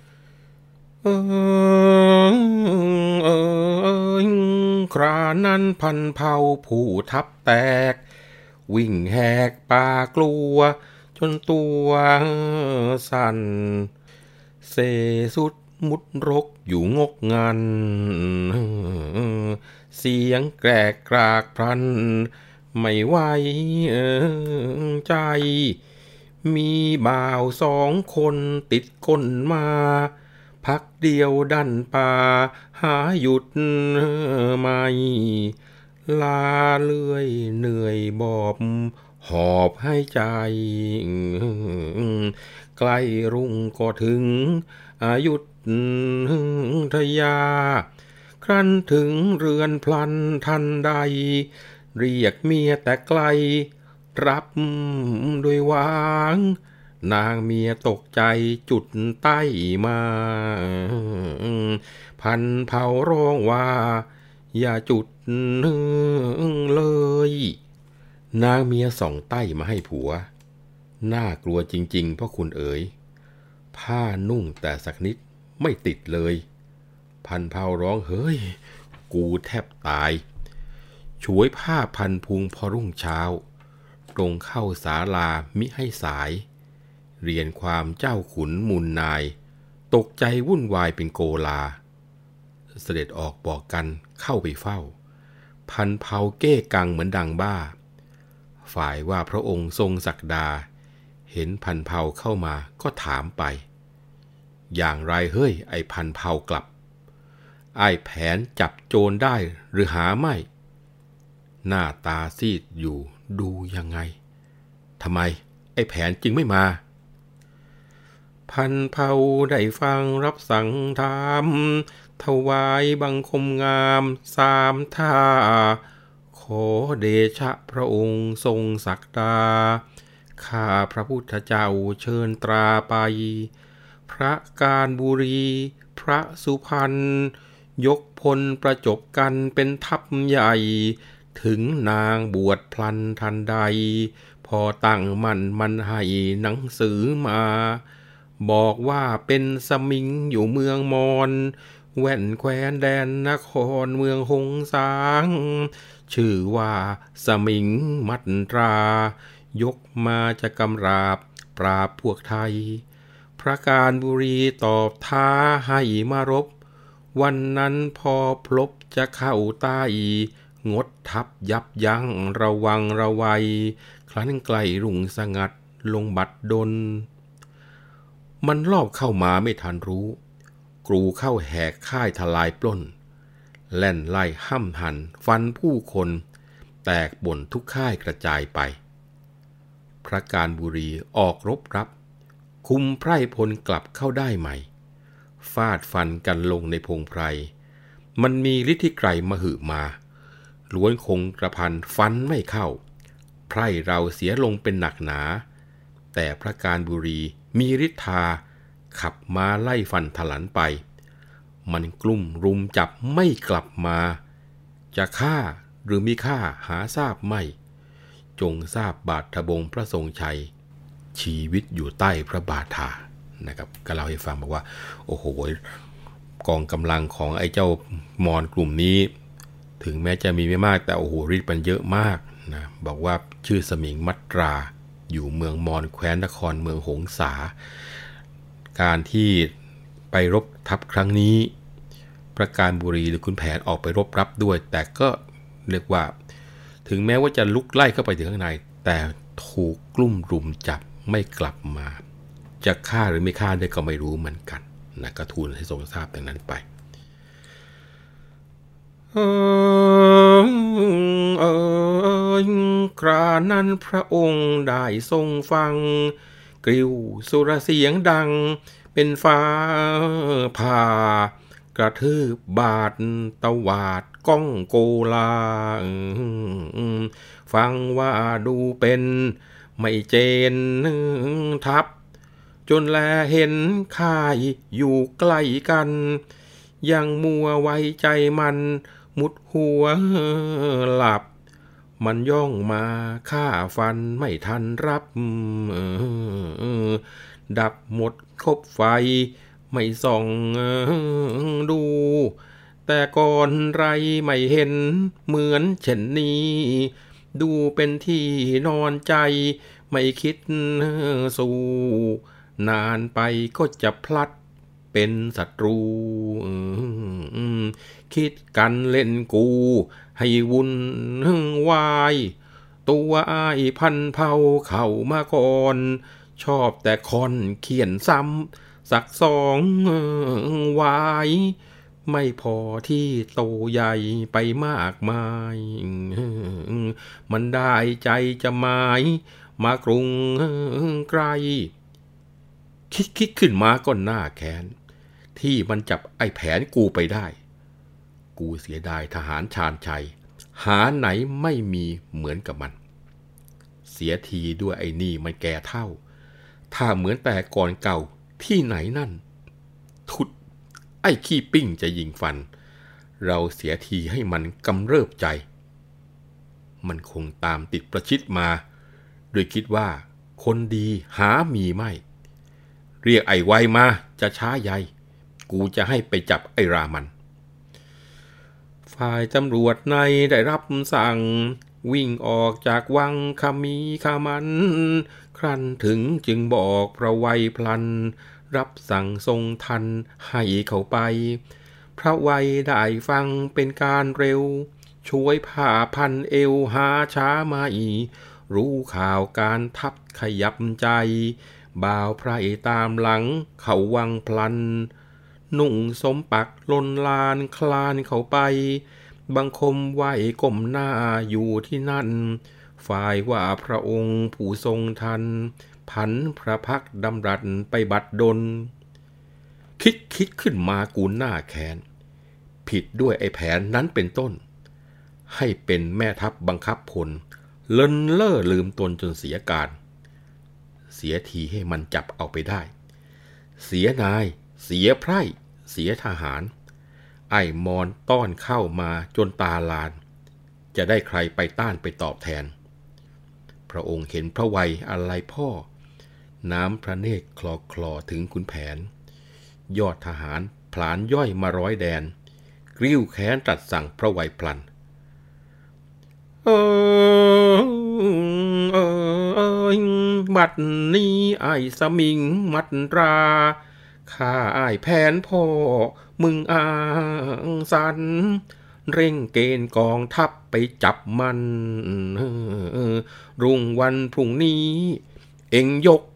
ครานั้นพันเผาผู้ทับแตกวิ่งแหกป่ากลัวจนตัวสั่นเสสุดมุดรกอยู่งกงันเสียงแกรกกรากพรันไม่ไหวใจมีบ่าว2 คนติดก้นมาพักเดียวดันป่าหาหยุดไม่ลาเลื่อยเหนื่อยบอบหอบให้ใจใกล้รุ่งก็ถึงอยุธยาครั้นถึงเรือนพลันทันใดเรียกเมียแต่ไกลรับด้วยวางนางเมียตกใจจุดใต้มาพันเผาร้องว่าอย่าจุดเลยนางเมียส่องใต้มาให้ผัวน่ากลัวจริงๆพ่อคุณเอ๋ยผ้านุ่งแต่สักนิดไม่ติดเลยพันเผาร้องเฮ้ยกูแทบตายฉวยผ้าพันพุงพอรุ่งเช้าตรงเข้าศาลามิให้สายเรียนความเจ้าขุนมูลนายตกใจวุ่นวายเป็นโกลาเสด็จออกบอกกันเข้าไปเฝ้าพันเผาเก้กังเหมือนดังบ้าฝ่ายว่าพระองค์ทรงศักดาเห็นพันเผาเข้ามาก็ถามไปอย่างไรเฮ้ยไอ้พันเผากลับไอ้แผนจับโจรได้หรือหาไม่หน้าตาซีดอยู่ดูยังไงทำไมไอ้แผนจึงไม่มาพันเผาได้ฟังรับสั่งถามถวายบังคมงามสามท่าขอเดชะพระองค์ทรงศักดาข้าพระพุทธเจ้าเชิญตราไปพระการบุรีพระสุพรรณยกพลประจบกันเป็นทัพใหญ่ถึงนางบวชพลันทันใดพอตั้งมันให้หนังสือมาบอกว่าเป็นสมิงอยู่เมืองมอญแว่นแคว้นแดนนครเมืองหงสางชื่อว่าสมิงมัตรายกมาจะกำราบปราบพวกไทยพระการบุรีตอบท้าให้มารบวันนั้นพอพลบจะเข้าใต้งดทัพยับยั้งระวังระวัยครั้นไกลรุ่งสงัดลงบัดดลมันลอบเข้ามาไม่ทันรู้กรูเข้าแหกค่ายทลายปล้นแล่นไล่ห้ำหันฟันผู้คนแตกบ่นทุกค่ายกระจายไปพระการบุรีออกรบรับคุมไพร่พลกลับเข้าได้ใหม่ฟาดฟันกันลงในพงไพรมันมีฤทธิ์ที่ไกลมหึมาล้วนคงกระพันฟันไม่เข้าไพร่เราเสียลงเป็นหนักหนาแต่พระการบุรีมีฤทธาขับมาไล่ฟันถลันไปมันกลุ่มรุมจับไม่กลับมาจะฆ่าหรือมิฆ่าหาทราบไม่จงทราบบาทบงพระทรงชัยชีวิตอยู่ใต้พระบาทานะครับก็เล่าให้ฟังบอกว่าโอ้โหกองกำลังของไอ้เจ้ามอญกลุ่มนี้ถึงแม้จะมีไม่มากแต่โอ้โหฤทธิ์มันเยอะมากนะบอกว่าชื่อสมิงมัตราอยู่เมืองมอญแคว้นนครเมืองหงสาการที่ไปรบทัพครั้งนี้พระการบุรีหรือขุนแผนออกไปรบรับด้วยแต่ก็เรียกว่าถึงแม้ว่าจะลุกไล่เข้าไปถึงข้างในแต่ถูกกลุ่มรุมจับไม่กลับมาจะฆ่าหรือไม่ฆ่าได้ก็ไม่รู้เหมือนกันนะก็ทูลให้ทรงทราบดังนั้นไปครานั้นพระองค์ได้ทรงฟังกริ้วสุรเสียงดังเป็นฟ้าผ่ากระทืบบาดตวาดก้องโกลาฟังว่าดูเป็นไม่เจนทับจนแลเห็นค่ายอยู่ใกล้กันยังมัวไว้ใจมันมุดหัวหลับมันย่องมาฆ่าฟันไม่ทันรับดับหมดคบไฟไม่ส่องดูแต่ก่อนไรไม่เห็นเหมือนเช่นนี้ดูเป็นที่นอนใจไม่คิดสู้นานไปก็จะพลัดเป็นศัตรูคิดกันเล่นกูให้วุ่นวายตัวอ้ายพันเผาเข้ามาก่อนชอบแต่คอนเขียนซ้ำสักสองวายไม่พอที่โตใหญ่ไปมากมายมันได้ใจจะหมายมากรุงไกลคิดขึ้นมาก็น่าแค้นที่มันจับไอ้แผนกูไปได้กูเสียดายทหารชาญชัยหาไหนไม่มีเหมือนกับมันเสียทีด้วยไอ้นี่มันแก่เท่าถ้าเหมือนแต่ก่อนเก่าที่ไหนนั่นทุดไอ้ขี้ปิ้งจะยิงฟันเราเสียทีให้มันกำเริบใจมันคงตามติดประชิดมาโดยคิดว่าคนดีหามีไม่เรียกไอ้ไวมาจะช้าใหญ่กูจะให้ไปจับไอ้รามันฝ่ายตำรวจในได้รับสั่งวิ่งออกจากวังขมีขมันครั้นถึงจึงบอกพระไวยพลันรับสั่งทรงทันให้เข้าไปพระไวยได้ฟังเป็นการเร็วช่วยผ้าพันเอวหาช้าไม่รู้ข่าวการทับขยับใจบ่าวไพรตามหลังเข้าวังพลันนุ่งสมปักลนลานคลานเข้าไปบังคมไหวก้มหน้าอยู่ที่นั่นฝ่ายว่าพระองค์ผู้ทรงทันผันพระพักดำรัสไปบัดดลคิดขึ้นมากูหน้าแค้นผิดด้วยไอ้แผนนั้นเป็นต้นให้เป็นแม่ทัพบังคับพลเลินเล่อลืมตนจนเสียการเสียทีให้มันจับเอาไปได้เสียนายเสียไพร่เสียทหารไอ้มอนต้อนเข้ามาจนตาลานจะได้ใครไปต้านไปตอบแทนพระองค์เห็นพระวัยอะไรพ่อน้ำพระเนตรคลอถึงขุนแผนยอดทหารผลาญย่อยมาร้อยแดนกริ้วแค้นตรัสสั่งพระวัยพลันบัดนี้ไอ้สมิงมัตราข้าไอ้แผนพ่อมึงอ้างสันเร่งเกณฑ์กองทัพไปจับมันรุ่งวันพรุ่งนี้เอ็งยก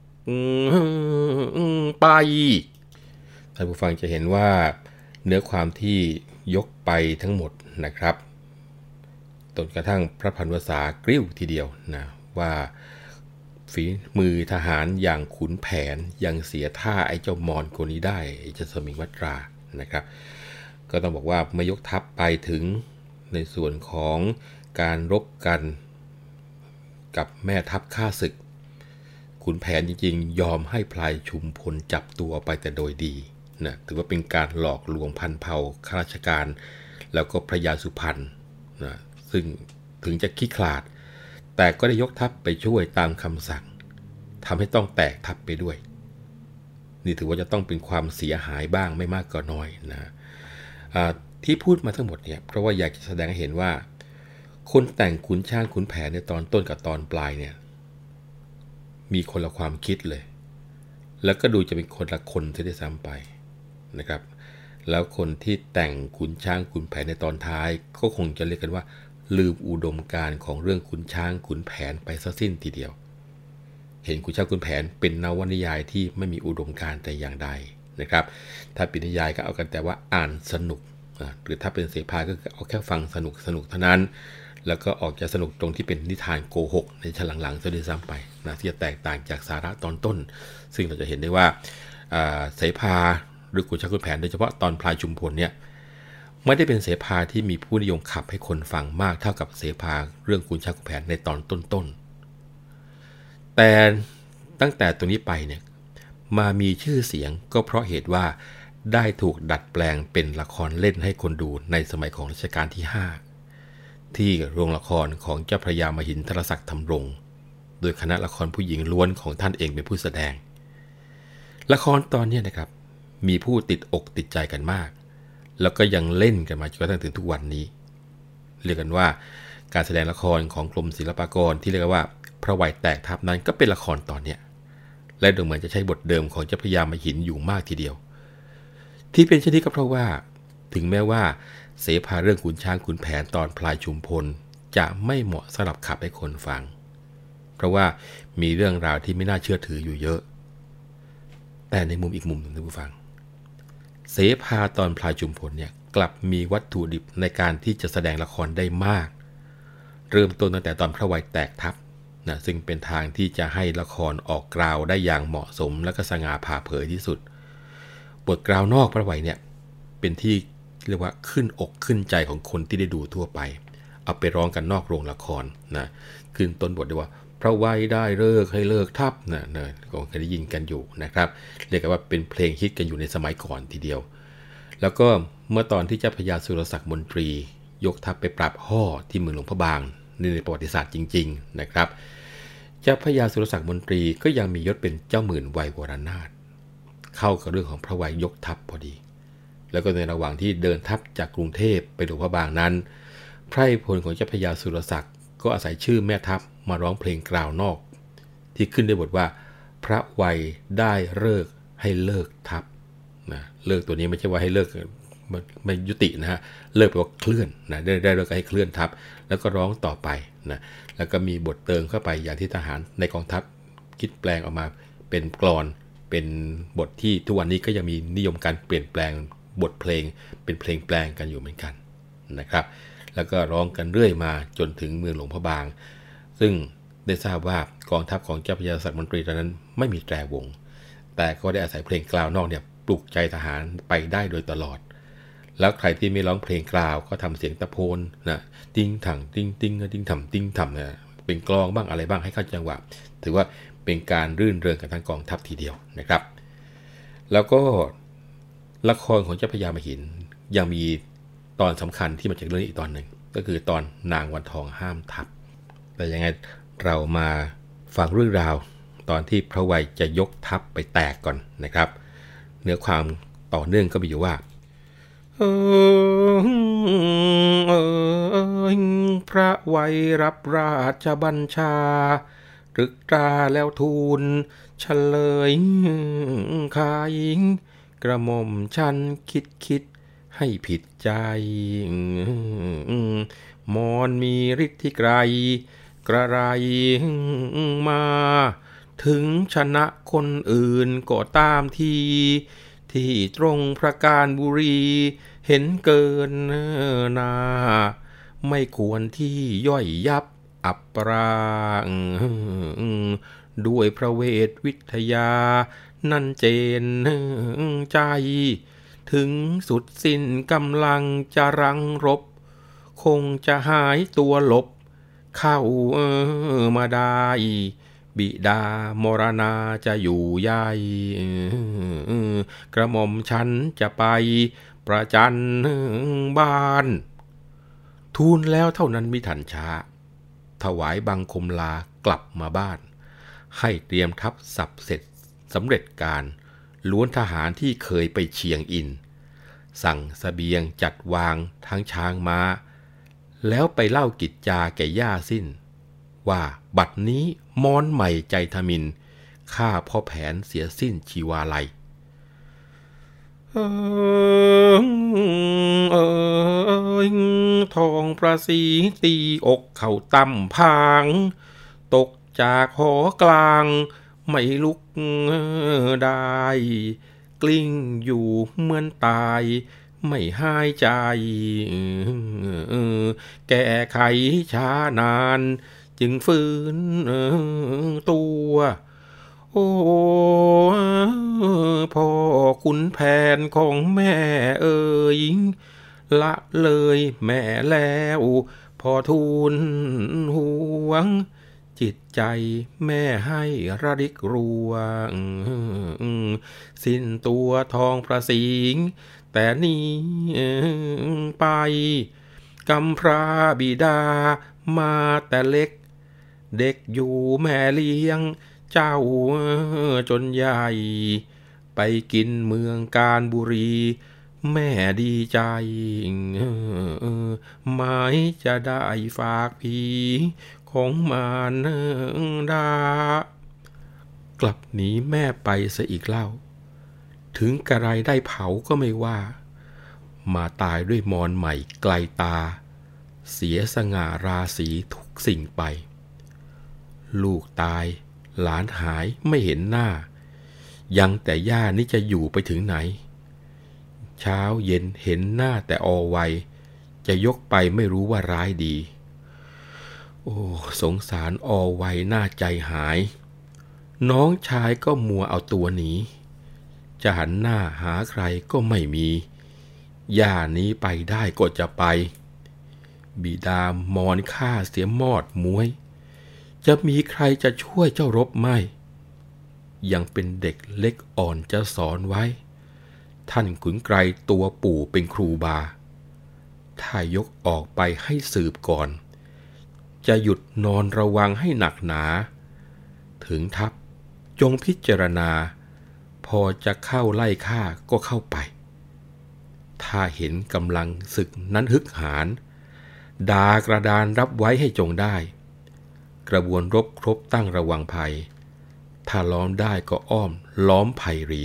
ไปท่านผู้ฟังจะเห็นว่าเนื้อความที่ยกไปทั้งหมดนะครับจนกระทั่งพระพันวษากริ้วทีเดียวนะว่าฝีมือทหารอย่างขุนแผนยังเสียท่าไอ้เจ้ามอนคนนี้ได้ไอ้เจ้าสมิงวัตรานะครับก็ต้องบอกว่าเมื่อยกทัพไปถึงในส่วนของการรบกันกับแม่ทัพข้าศึกขุนแผนจริงๆยอมให้พลายชุมพลจับตัวไปแต่โดยดีนะถือว่าเป็นการหลอกลวงพันเผ่าข้าราชการแล้วก็พระยาสุพรรณนะซึ่งถึงจะขี้ขลาดแต่ก็ได้ยกทัพไปช่วยตามคำสั่งทำให้ต้องแตกทัพไปด้วยนี่ถือว่าจะต้องเป็นความเสียหายบ้างไม่มากก็น้อยนะที่พูดมาทั้งหมดเนี่ยเพราะว่าอยากจะแสดงให้เห็นว่าคนแต่งขุนช้างขุนแผนในตอนต้นกับตอนปลายเนี่ยมีคนละความคิดเลยแล้วก็ดูจะเป็นคนละคนที่ได้ซ้ำไปนะครับแล้วคนที่แต่งขุนช้างขุนแผนในตอนท้ายก็คงจะเรียกกันว่าลืมอุดมการณ์ของเรื่องขุนช้างขุนแผนไปซะสิ้นทีเดียวเห็นขุนช้างขุนแผนเป็นนวนิยายที่ไม่มีอุดมการณ์แต่อย่างใดนะครับถ้าเป็นนิยายก็เอากันแต่ว่าอ่านสนุกหรือถ้าเป็นเสภาก็คือเอาแค่ฟังสนุกเท่านั้นแล้วก็ออกจะสนุกตรงที่เป็นนิทานโกหกในชั้นหลังๆซะด้วยซ้ำไปนะที่จะแตกต่างจากสาระตอนต้นซึ่งเราจะเห็นได้ว่าเสภาหรือขุนช้างขุนแผนโดยเฉพาะตอนพลายชุมพลเนี่ยไม่ได้เป็นเสภาที่มีผู้นิยมขับให้คนฟังมากเท่ากับเสภาเรื่องขุนช้างขุนแผนในตอนต้นๆแต่ตั้งแต่ตัวนี้ไปเนี่ยมามีชื่อเสียงก็เพราะเหตุว่าได้ถูกดัดแปลงเป็นละครเล่นให้คนดูในสมัยของรัชกาลที่ 5ที่โรงละครของเจ้าพระยามหินทรศักดิ์ธำรงโดยคณะละครผู้หญิงล้วนของท่านเองเป็นผู้แสดงละครตอนนี้นะครับมีผู้ติดอกติดใจกันมากแล้วก็ยังเล่นกันมาจนกระทั่งถึงทุกวันนี้เรียกกันว่าการแสดงละครของกรมศิลปากรที่เรียกว่าพระวัยแตกทัพนั้นก็เป็นละครตอนนี้และดูเหมือนจะใช้บทเดิมของเจ้าพระยามหินอยู่มากทีเดียวที่เป็นเช่นนี้ก็เพราะว่าถึงแม้ว่าเสภาเรื่องขุนช้างขุนแผนตอนพลายชุมพลจะไม่เหมาะสำหรับขับให้คนฟังเพราะว่ามีเรื่องราวที่ไม่น่าเชื่อถืออยู่เยอะแต่ในมุมอีกมุมหนึ่งท่านผู้ฟังเสภาตอนพลายชุมพลเนี่ยกลับมีวัตถุดิบในการที่จะแสดงละครได้มากเริ่มต้นตั้งแต่ตอนพระวัยแตกทัพนะซึ่งเป็นทางที่จะให้ละครออกกราวได้อย่างเหมาะสมและก็สง่าผ่าเผยที่สุดบทกราวนอกพระวัยเนี่ยเป็นที่เรียกว่าขึ้นอกขึ้นใจของคนที่ได้ดูทั่วไปเอาไปร้องกันนอกโรงละครนะขึ้นต้นบทด้วยว่าพระวัยได้เลิกให้เลิกทัพนะก็เคยได้ยินกันอยู่นะครับเรียกว่าเป็นเพลงฮิตกันอยู่ในสมัยก่อนทีเดียวแล้วก็เมื่อตอนที่เจ้าพระยาสุรศักดิ์มนตรียกทัพไปปราบฮ่อที่เมืองหลวงพระบางในประวัติศาสตร์จริงๆนะครับเจ้าพระยาสุรศักดิ์มนตรีก็ยังมียศเป็นเจ้าหมื่นวัยวรนาถเข้ากับเรื่องของพระวัยยกทัพพอดีแล้วก็ในระหว่างที่เดินทัพจากกรุงเทพไปหลวงพระบางนั้นไพร่พลของเจ้าพระยาสุรศักดิ์ก็อาศัยชื่อแม่ทัพมาร้องเพลงกล่าวนอกที่ขึ้นด้วยบทว่าพระวัยได้เลิกให้เลิกทัพนะเลิกตัวนี้ไม่ใช่ว่าให้เลิกไม่ยุตินะฮะเลิกแปลว่าเคลื่อนนะได้เลิกให้เคลื่อนทัพแล้วก็ร้องต่อไปนะแล้วก็มีบทเติมเข้าไปอย่างที่ทหารในกองทัพคิดแปลงออกมาเป็นกลอนเป็นบทที่ทุกวันนี้ก็ยังมีนิยมการเปลี่ยนแปลงบทเพลงเป็นเพลงแปลงกันอยู่เหมือนกันนะครับแล้วก็ร้องกันเรื่อยมาจนถึงเมืองหลวงพระบางซึ่งได้ทราบว่ากองทัพของเจ้าพระยาสุรศักดิ์มนตรีตอนนั้นไม่มีแตรวงแต่ก็ได้อาศัยเพลงกล่าวนอกเนี่ยปลุกใจทหารไปได้โดยตลอดแล้วใครที่ไม่ร้องเพลงกล่าวก็ทำเสียงตะโพนนะติ้งถังติ้งติ้งติ้งถ่ำติ้งถ่ำนะเป็นกลองบ้างอะไรบ้างให้เข้าจังหวะถือว่าเป็นการรื่นเริงกันทั้งกองทัพทีเดียวนะครับแล้วก็ละครของเจ้าพระยามหินยังมีตอนสำคัญที่มาจากเรื่องนี้อีกตอนหนึ่งก็คือตอนนางวันทองห้ามทัพแต่ยังไงเรามาฟังเรื่องราวตอนที่พระวัยจะยกทัพไปแตกก่อนนะครับเนื้อความต่อเนื่องก็มีอยู่ว่าพระวัยรับราชบัญชาตรึกตราแล้วทูลเฉลยคายกระหม่อมฉันคิดให้ผิดใจมอนมีฤทธิ์ที่ไกลกระไรมาถึงชนะคนอื่นก็ตามที่ตรงพระการบุรีเห็นเกินนาไม่ควรที่ย่อยยับอับปราด้วยพระเวทวิทยานั่นเจนใจถึงสุดสิ้นกำลังจะรังรบคงจะหายตัวหลบเข้ามาได้บิดามรณาจะอยู่ใหญ่กระหม่อมฉันจะไปประจันบ้านทูลแล้วเท่านั้นมิทันช้าถวายบังคมลากลับมาบ้านให้เตรียมทัพสับเสร็จสำเร็จการล้วนทหารที่เคยไปเชียงอินสั่งเสบียงจัดวางทั้งช้างม้าแล้วไปเล่ากิจจาแก่ย่าสิ้นว่าบัดนี้ม้อนใหม่ใจทมินฆ่าพ่อแผนเสียสิ้นชีวาลัยทองประสีตีอกเข่าตั้มพางตกจากหอกลางไม่ลุกได้กลิ้งอยู่เหมือนตายไม่หายใจแก้ไขช้านานจึงฟื้นตัวโอ้พ่อขุนแผนของแม่เอ๋ยละเลยแม่แล้วพอทูลห่วงจิตใจแม่ให้ระริกรวงสิ้นตัวทองประสิงแต่นี้ไปกำพร้าบิดามาแต่เล็กเด็กอยู่แม่เลี้ยงเจ้าจนใหญ่ไปกินเมืองกาญบุรีแม่ดีใจหมายจะได้ฝากผีของมารดากลับหนีแม่ไปซะอีกเล่าถึงกระไรได้เผาก็ไม่ว่ามาตายด้วยมอนใหม่ไกลตาเสียสง่าราศีทุกสิ่งไปลูกตายหลานหายไม่เห็นหน้ายังแต่ย่านี่จะอยู่ไปถึงไหนเช้าเย็นเห็นหน้าแต่อวัยจะยกไปไม่รู้ว่าร้ายดีโอ้สงสารอวัยหน้าใจหายน้องชายก็มัวเอาตัวหนีจะหันหน้าหาใครก็ไม่มีย่านี้ไปได้ก็จะไปบิดามอนฆ่าเสียมอดม้วยจะมีใครจะช่วยเจ้ารบไม่ยังเป็นเด็กเล็กอ่อนจะสอนไว้ท่านขุนไกรตัวปู่เป็นครูบาถ้ายกออกไปให้สืบก่อนจะหยุดนอนระวังให้หนักหนาถึงทัพจงพิจารณาพอจะเข้าไล่ฆ่าก็เข้าไปถ้าเห็นกำลังศึกนั้นฮึกหาญดากระดานรับไว้ให้จงได้กระบวนรบครบตั้งระวังภัยถ้าล้อมได้ก็อ้อมล้อมไผ่รี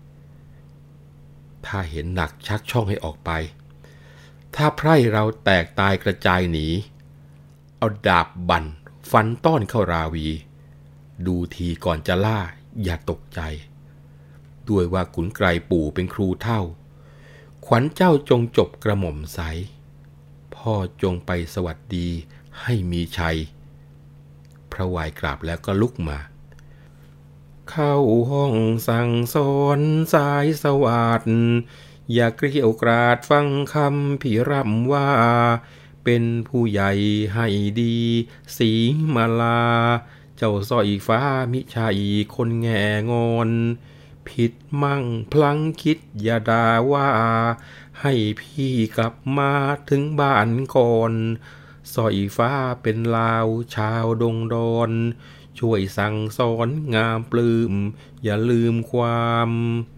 ถ้าเห็นหนักชักช่องให้ออกไปถ้าไพร่เราแตกตายกระจายหนีเอาดาบบั่นฟันต้อนเข้าราวีดูทีก่อนจะล่าอย่าตกใจด้วยว่าขุนไกรปู่เป็นครูเท่าขวัญเจ้าจงจบกระหม่อมใสพ่อจงไปสวัสดีให้มีชัยพระวายกราบแล้วก็ลุกมาเข้าห้องสั่งสอนสายสวัสดิ์อย่าเกรี้ยวกราดฟังคำพี่ร่ำว่าเป็นผู้ใหญ่ให้ดีสีมาลาเจ้าสร้อยฟ้ามิใช่คนแง่งอนผิดมั่งพลั้งคิดอย่าด่าว่าให้พี่กลับมาถึงบ้านก่อนสร้อยฟ้าเป็นลาวชาวดงดอนช่วยสั่งสอนงามปลื้มอย่าลืมความ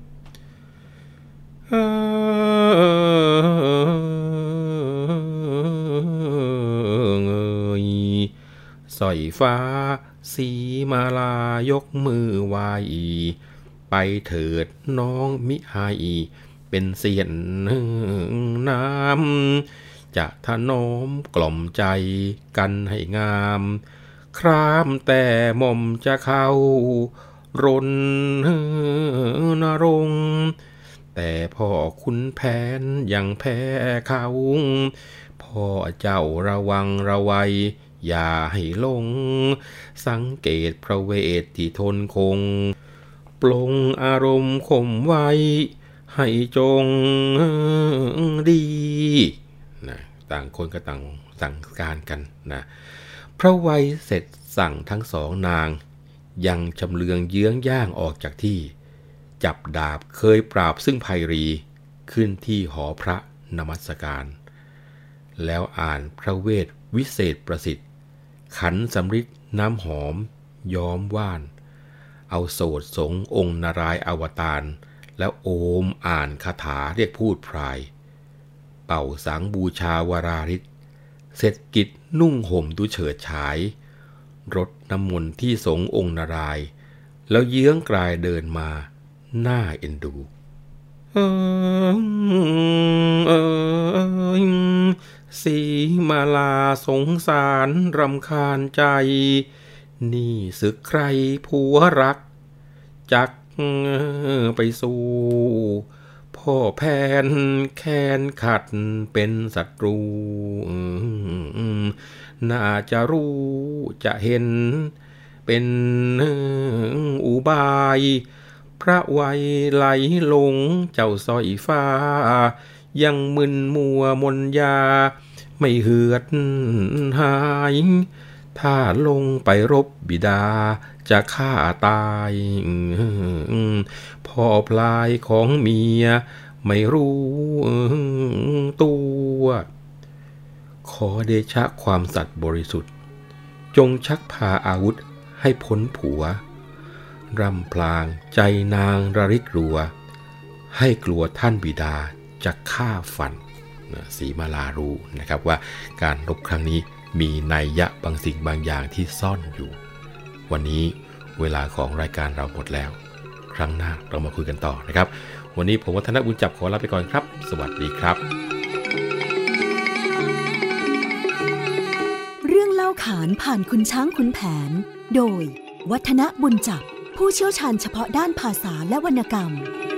สร้อยฟ้าสีมาลายกมือไหวไปเถิดน้องมิให้เป็นเสียนน้ำจะถนอมกล่อมใจกันให้งามครามแต่หม่อมจะเข้ารณรงค์แต่พ่อคุณแผนยังแพ้เขาพ่อเจ้าระวังระวัยอย่าให้ลงสังเกตพระเวทที่ทนคงปลงอารมณ์ข่มไว้ให้จงดีนะต่างคนก็ต่างสั่งการกันนะพระวัยเสร็จสั่งทั้งสองนางยังชำเลืองเยื้องย่างออกจากที่จับดาบเคยปราบซึ่งไพรีขึ้นที่หอพระนมัสการแล้วอ่านพระเวทวิเศษประสิทธิ์ขันสำริดน้ำหอมย้อมว่านเอาโสดสงองค์นารายณ์อวตารแล้วโอมอ่านคาถาเรียกพูดพรายเป่าสังบูชาวราริศเสร็จกิจนุ่งห่มดูเฉิดฉายรดน้ำมนต์ที่สงองค์นารายณ์แล้วเยื้องกลายเดินมาหน้าเอ็นดูสีมาลาสงสารรำคาญใจนี่ศึกใครผัวรักจักไปสู่พ่อแผนแค้นขัดเป็นศัตรูน่าจะรู้จะเห็นเป็นอุบายพระวัยไหลลงเจ้าสร้อยฟ้ายังมึนมัวมนยาไม่เหือดหายถ้าลงไปรบบิดาจะฆ่าตายพ่อพลายของเมียไม่รู้ตัวขอเดชะความสัตย์บริสุทธิ์จงชักพาอาวุธให้พ้นผัวรำพลางใจนางระริกรัวให้กลัวท่านบิดาจะฆ่าฟันสีมาลารู้นะครับว่าการรบครั้งนี้มีนัยยะบางสิ่งบางอย่างที่ซ่อนอยู่วันนี้เวลาของรายการเราหมดแล้วครั้งหน้าเรามาคุยกันต่อนะครับวันนี้ผมวัฒนบุญจับขอลาไปก่อนครับสวัสดีครับเรื่องเล่าขานผ่านคุณช้างคุณแผนโดยวัฒนบุญจับผู้เชี่ยวชาญเฉพาะด้านภาษาและวรรณกรรม